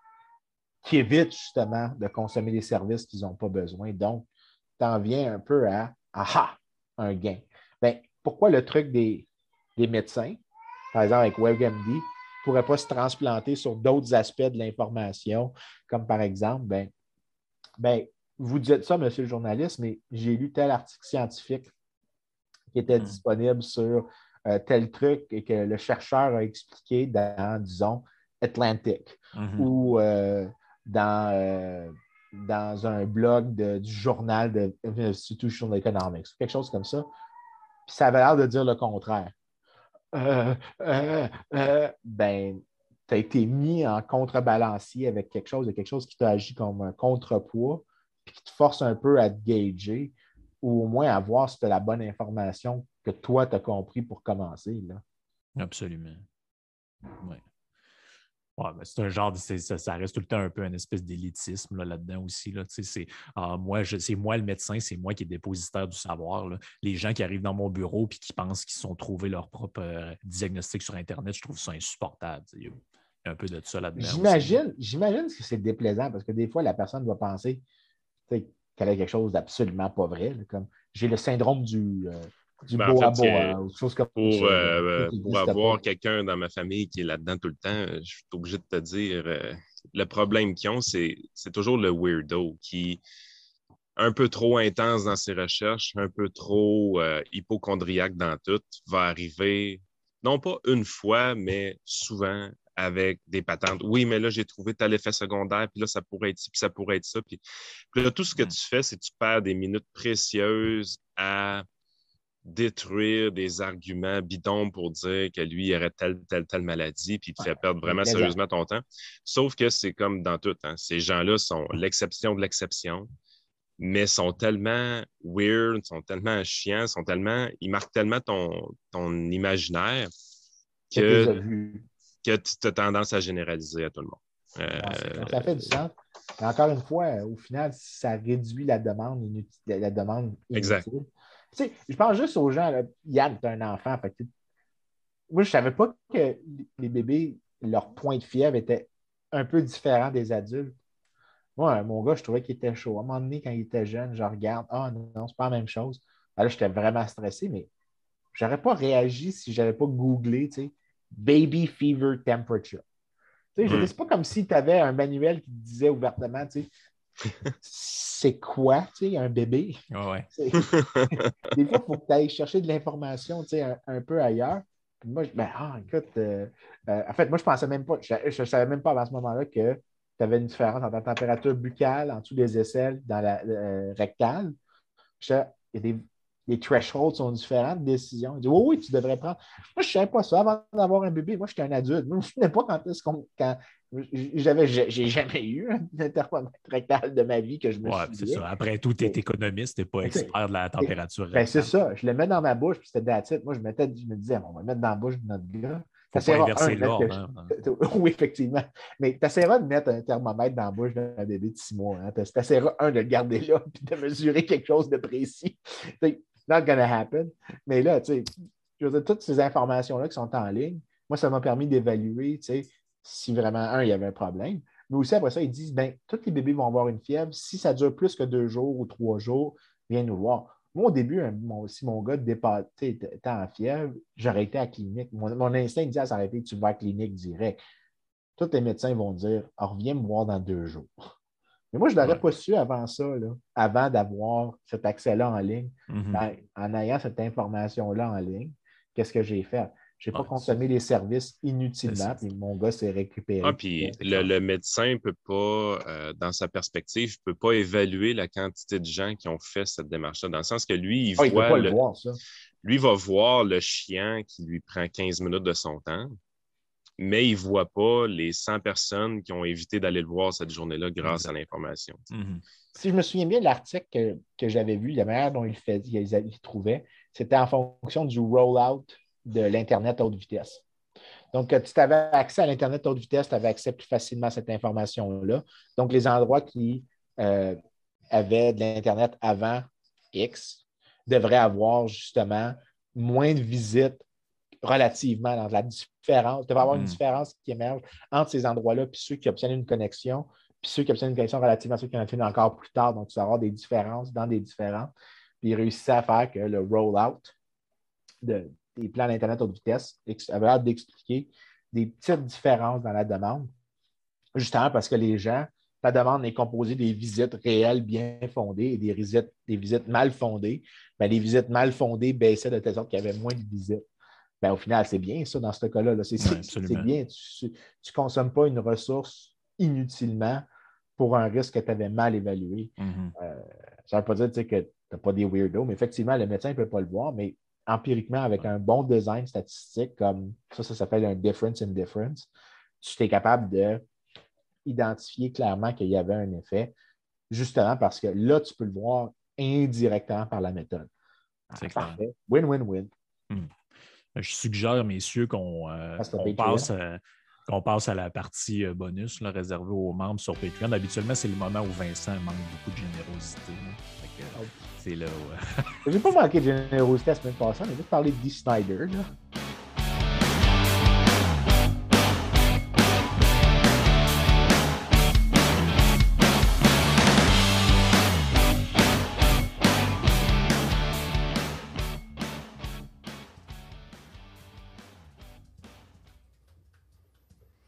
qui évitent justement de consommer des services qu'ils n'ont pas besoin. Donc, tu en viens un peu à aha, un gain. Bien, pourquoi le truc des, des médecins, par exemple avec WebMD, ne pourrait pas se transplanter sur d'autres aspects de l'information, comme par exemple, ben, ben, vous dites ça, monsieur le journaliste, mais j'ai lu tel article scientifique qui était disponible sur euh, tel truc et que le chercheur a expliqué dans, disons, Atlantic mm-hmm. ou euh, dans, euh, dans un blog de, du journal de Institutional Economics, quelque chose comme ça. Puis ça avait l'air de dire le contraire. Euh, euh, euh, ben, tu as été mis en contrebalancier avec quelque chose, de quelque chose qui t'a agi comme un contrepoids, puis qui te force un peu à te gager ou au moins à voir si tu as la bonne information que toi, tu as compris pour commencer. Là. Absolument. Oui. Ouais, ben c'est un genre, de, c'est, ça, ça reste tout le temps un peu une espèce d'élitisme là, là-dedans aussi. Là. C'est, euh, moi, je, c'est moi le médecin, c'est moi qui est dépositaire du savoir. Là. Les gens qui arrivent dans mon bureau et qui pensent qu'ils se sont trouvés leur propre euh, diagnostic sur Internet, je trouve ça insupportable. Il y a un peu de ça là-dedans. J'imagine, j'imagine que c'est déplaisant parce que des fois, la personne va penser qu'elle a quelque chose d'absolument pas vrai. Là, comme j'ai le syndrome du... Euh, du ben, boa en fait, boa, ou chose comme pour, ça. Euh, pour avoir pas. Quelqu'un dans ma famille qui est là-dedans tout le temps, je suis obligé de te dire, euh, le problème qu'ils ont, c'est, c'est toujours le weirdo qui est un peu trop intense dans ses recherches, un peu trop euh, hypochondriaque dans tout, va arriver, non pas une fois, mais souvent avec des patentes. Oui, mais là, j'ai trouvé tel effet secondaire, puis là, ça pourrait être ci, puis ça pourrait être ça. Puis, puis là, tout ce que tu fais, c'est que tu perds des minutes précieuses à détruire des arguments bidons pour dire que lui, il aurait telle, telle, telle maladie, puis il te fait perdre vraiment sérieusement ton temps. Sauf que c'est comme dans tout. Hein. Ces gens-là sont l'exception de l'exception, mais sont tellement weird, sont tellement chiants, sont tellement, ils marquent tellement ton, ton imaginaire que, que tu as tendance à généraliser à tout le monde. Euh, ça fait du sens. Mais encore une fois, au final, ça réduit la demande inutile, la demande inutile. Exact. Tu sais, je pense juste aux gens, là, Yann, tu as un enfant. Fait que, moi, je ne savais pas que les bébés, leur point de fièvre était un peu différent des adultes. Moi, mon gars, je trouvais qu'il était chaud. À un moment donné, quand il était jeune, je regarde, ah non, non, c'est pas la même chose. Alors, j'étais vraiment stressé, mais je n'aurais pas réagi si je n'avais pas googlé, tu sais, baby fever temperature. Tu sais, je veux dire, c'est pas comme si tu avais un manuel qui te disait ouvertement, tu sais, c'est quoi, tu sais, un bébé? Oh ouais. Des fois, il faut que tu ailles chercher de l'information, tu sais, un, un peu ailleurs. Puis moi, je, ben, ah, écoute, euh, euh, en fait, moi, je pensais même pas, je ne savais même pas à ce moment-là que tu avais une différence entre la température buccale en dessous des aisselles dans la euh, rectale. Je, il y a des, les thresholds sont différents de décision. Il dit, oui, oui, tu devrais prendre. Moi, je ne savais pas ça avant d'avoir un bébé. Moi, j'étais un adulte. Moi, je ne sais pas quand est-ce qu'on. Quand, j'avais, j'ai jamais eu un thermomètre rectal de ma vie que je me ouais, suis c'est dit. ça. Après tout, tu es économiste, tu n'es pas expert de la température rectale. Ben, c'est ça. Je le mets dans ma bouche, puis c'était that's it. Moi, je, mettais, je me disais, on va le mettre dans la bouche de notre gars. Faut pas inverser l'ordre. Hein. Oui, effectivement. Mais tu essaieras de mettre un thermomètre dans la bouche d'un bébé de six mois. Hein. Tu essaieras, un, de le garder là puis de mesurer quelque chose de précis. C'est not gonna happen. Mais là, tu sais, je veux dire, toutes ces informations-là qui sont en ligne, moi, ça m'a permis d'évaluer, tu sais, si vraiment, un, il y avait un problème. Mais aussi, après ça, ils disent, bien, tous les bébés vont avoir une fièvre. Si ça dure plus que deux jours ou trois jours, viens nous voir. Moi, au début, mon, si mon gars dépassait, était en fièvre, j'aurais été à la clinique. Mon, mon instinct me dit à s'arrêter, tu vas à la clinique direct. Tous les médecins vont dire, oh, reviens me voir dans deux jours. Mais moi, je ne l'aurais ouais. pas su avant ça, là, avant d'avoir cet accès-là en ligne. Mm-hmm. en, en ayant cette information-là en ligne, qu'est-ce que j'ai fait? Je n'ai pas ouais, consommé les services inutilement, puis mon gars s'est récupéré. Ah, puis le, le médecin ne peut pas, euh, dans sa perspective, ne peut pas évaluer la quantité de gens qui ont fait cette démarche-là, dans le sens que lui, il ah, voit. Il peut pas le, le voir, ça. Lui va voir le chien qui lui prend quinze minutes de son temps, mais il ne voit pas les cent personnes qui ont évité d'aller le voir cette journée-là grâce exact. À l'information. Mm-hmm. Si je me souviens bien de l'article que, que j'avais vu, la manière dont il le il, il trouvait, c'était en fonction du roll-out de l'Internet à haute vitesse. Donc, si tu avais accès à l'Internet à haute vitesse, tu avais accès plus facilement à cette information-là. Donc, les endroits qui euh, avaient de l'Internet avant X devraient avoir justement moins de visites relativement dans la différence. Il devrait y avoir mm. une différence qui émerge entre ces endroits-là et ceux qui obtiennent une connexion, puis ceux qui obtiennent une connexion relativement à ceux qui en obtiennent encore plus tard. Donc, tu vas avoir des différences dans des différences. Puis, ils réussissaient à faire que le roll-out de des plans d'Internet haute vitesse, avait l'air d'expliquer des petites différences dans la demande, justement parce que les gens, la demande est composée des visites réelles bien fondées et des visites, des visites mal fondées. Bien, les visites mal fondées baissaient de telle sorte qu'il y avait moins de visites. Bien, au final, c'est bien ça dans ce cas-là. Là. C'est, ouais, c'est bien. Tu ne consommes pas une ressource inutilement pour un risque que tu avais mal évalué. Mm-hmm. Euh, ça ne veut pas dire que tu n'as pas des weirdos, mais effectivement, le médecin ne peut pas le voir, mais empiriquement, avec un bon design statistique, comme ça, ça s'appelle un difference in difference, tu es capable d'identifier clairement qu'il y avait un effet, justement parce que là, tu peux le voir indirectement par la méthode. C'est parfait. Win-win-win. Hmm. Je suggère, messieurs, qu'on euh, on passe, à, qu'on passe à la partie bonus là, réservée aux membres sur Patreon. Habituellement, c'est le moment où Vincent manque beaucoup de générosité. Fait que, oh. C'est là où... J'ai pas manqué de générosité la semaine passée, on a juste parlé de Dee Snider. Là.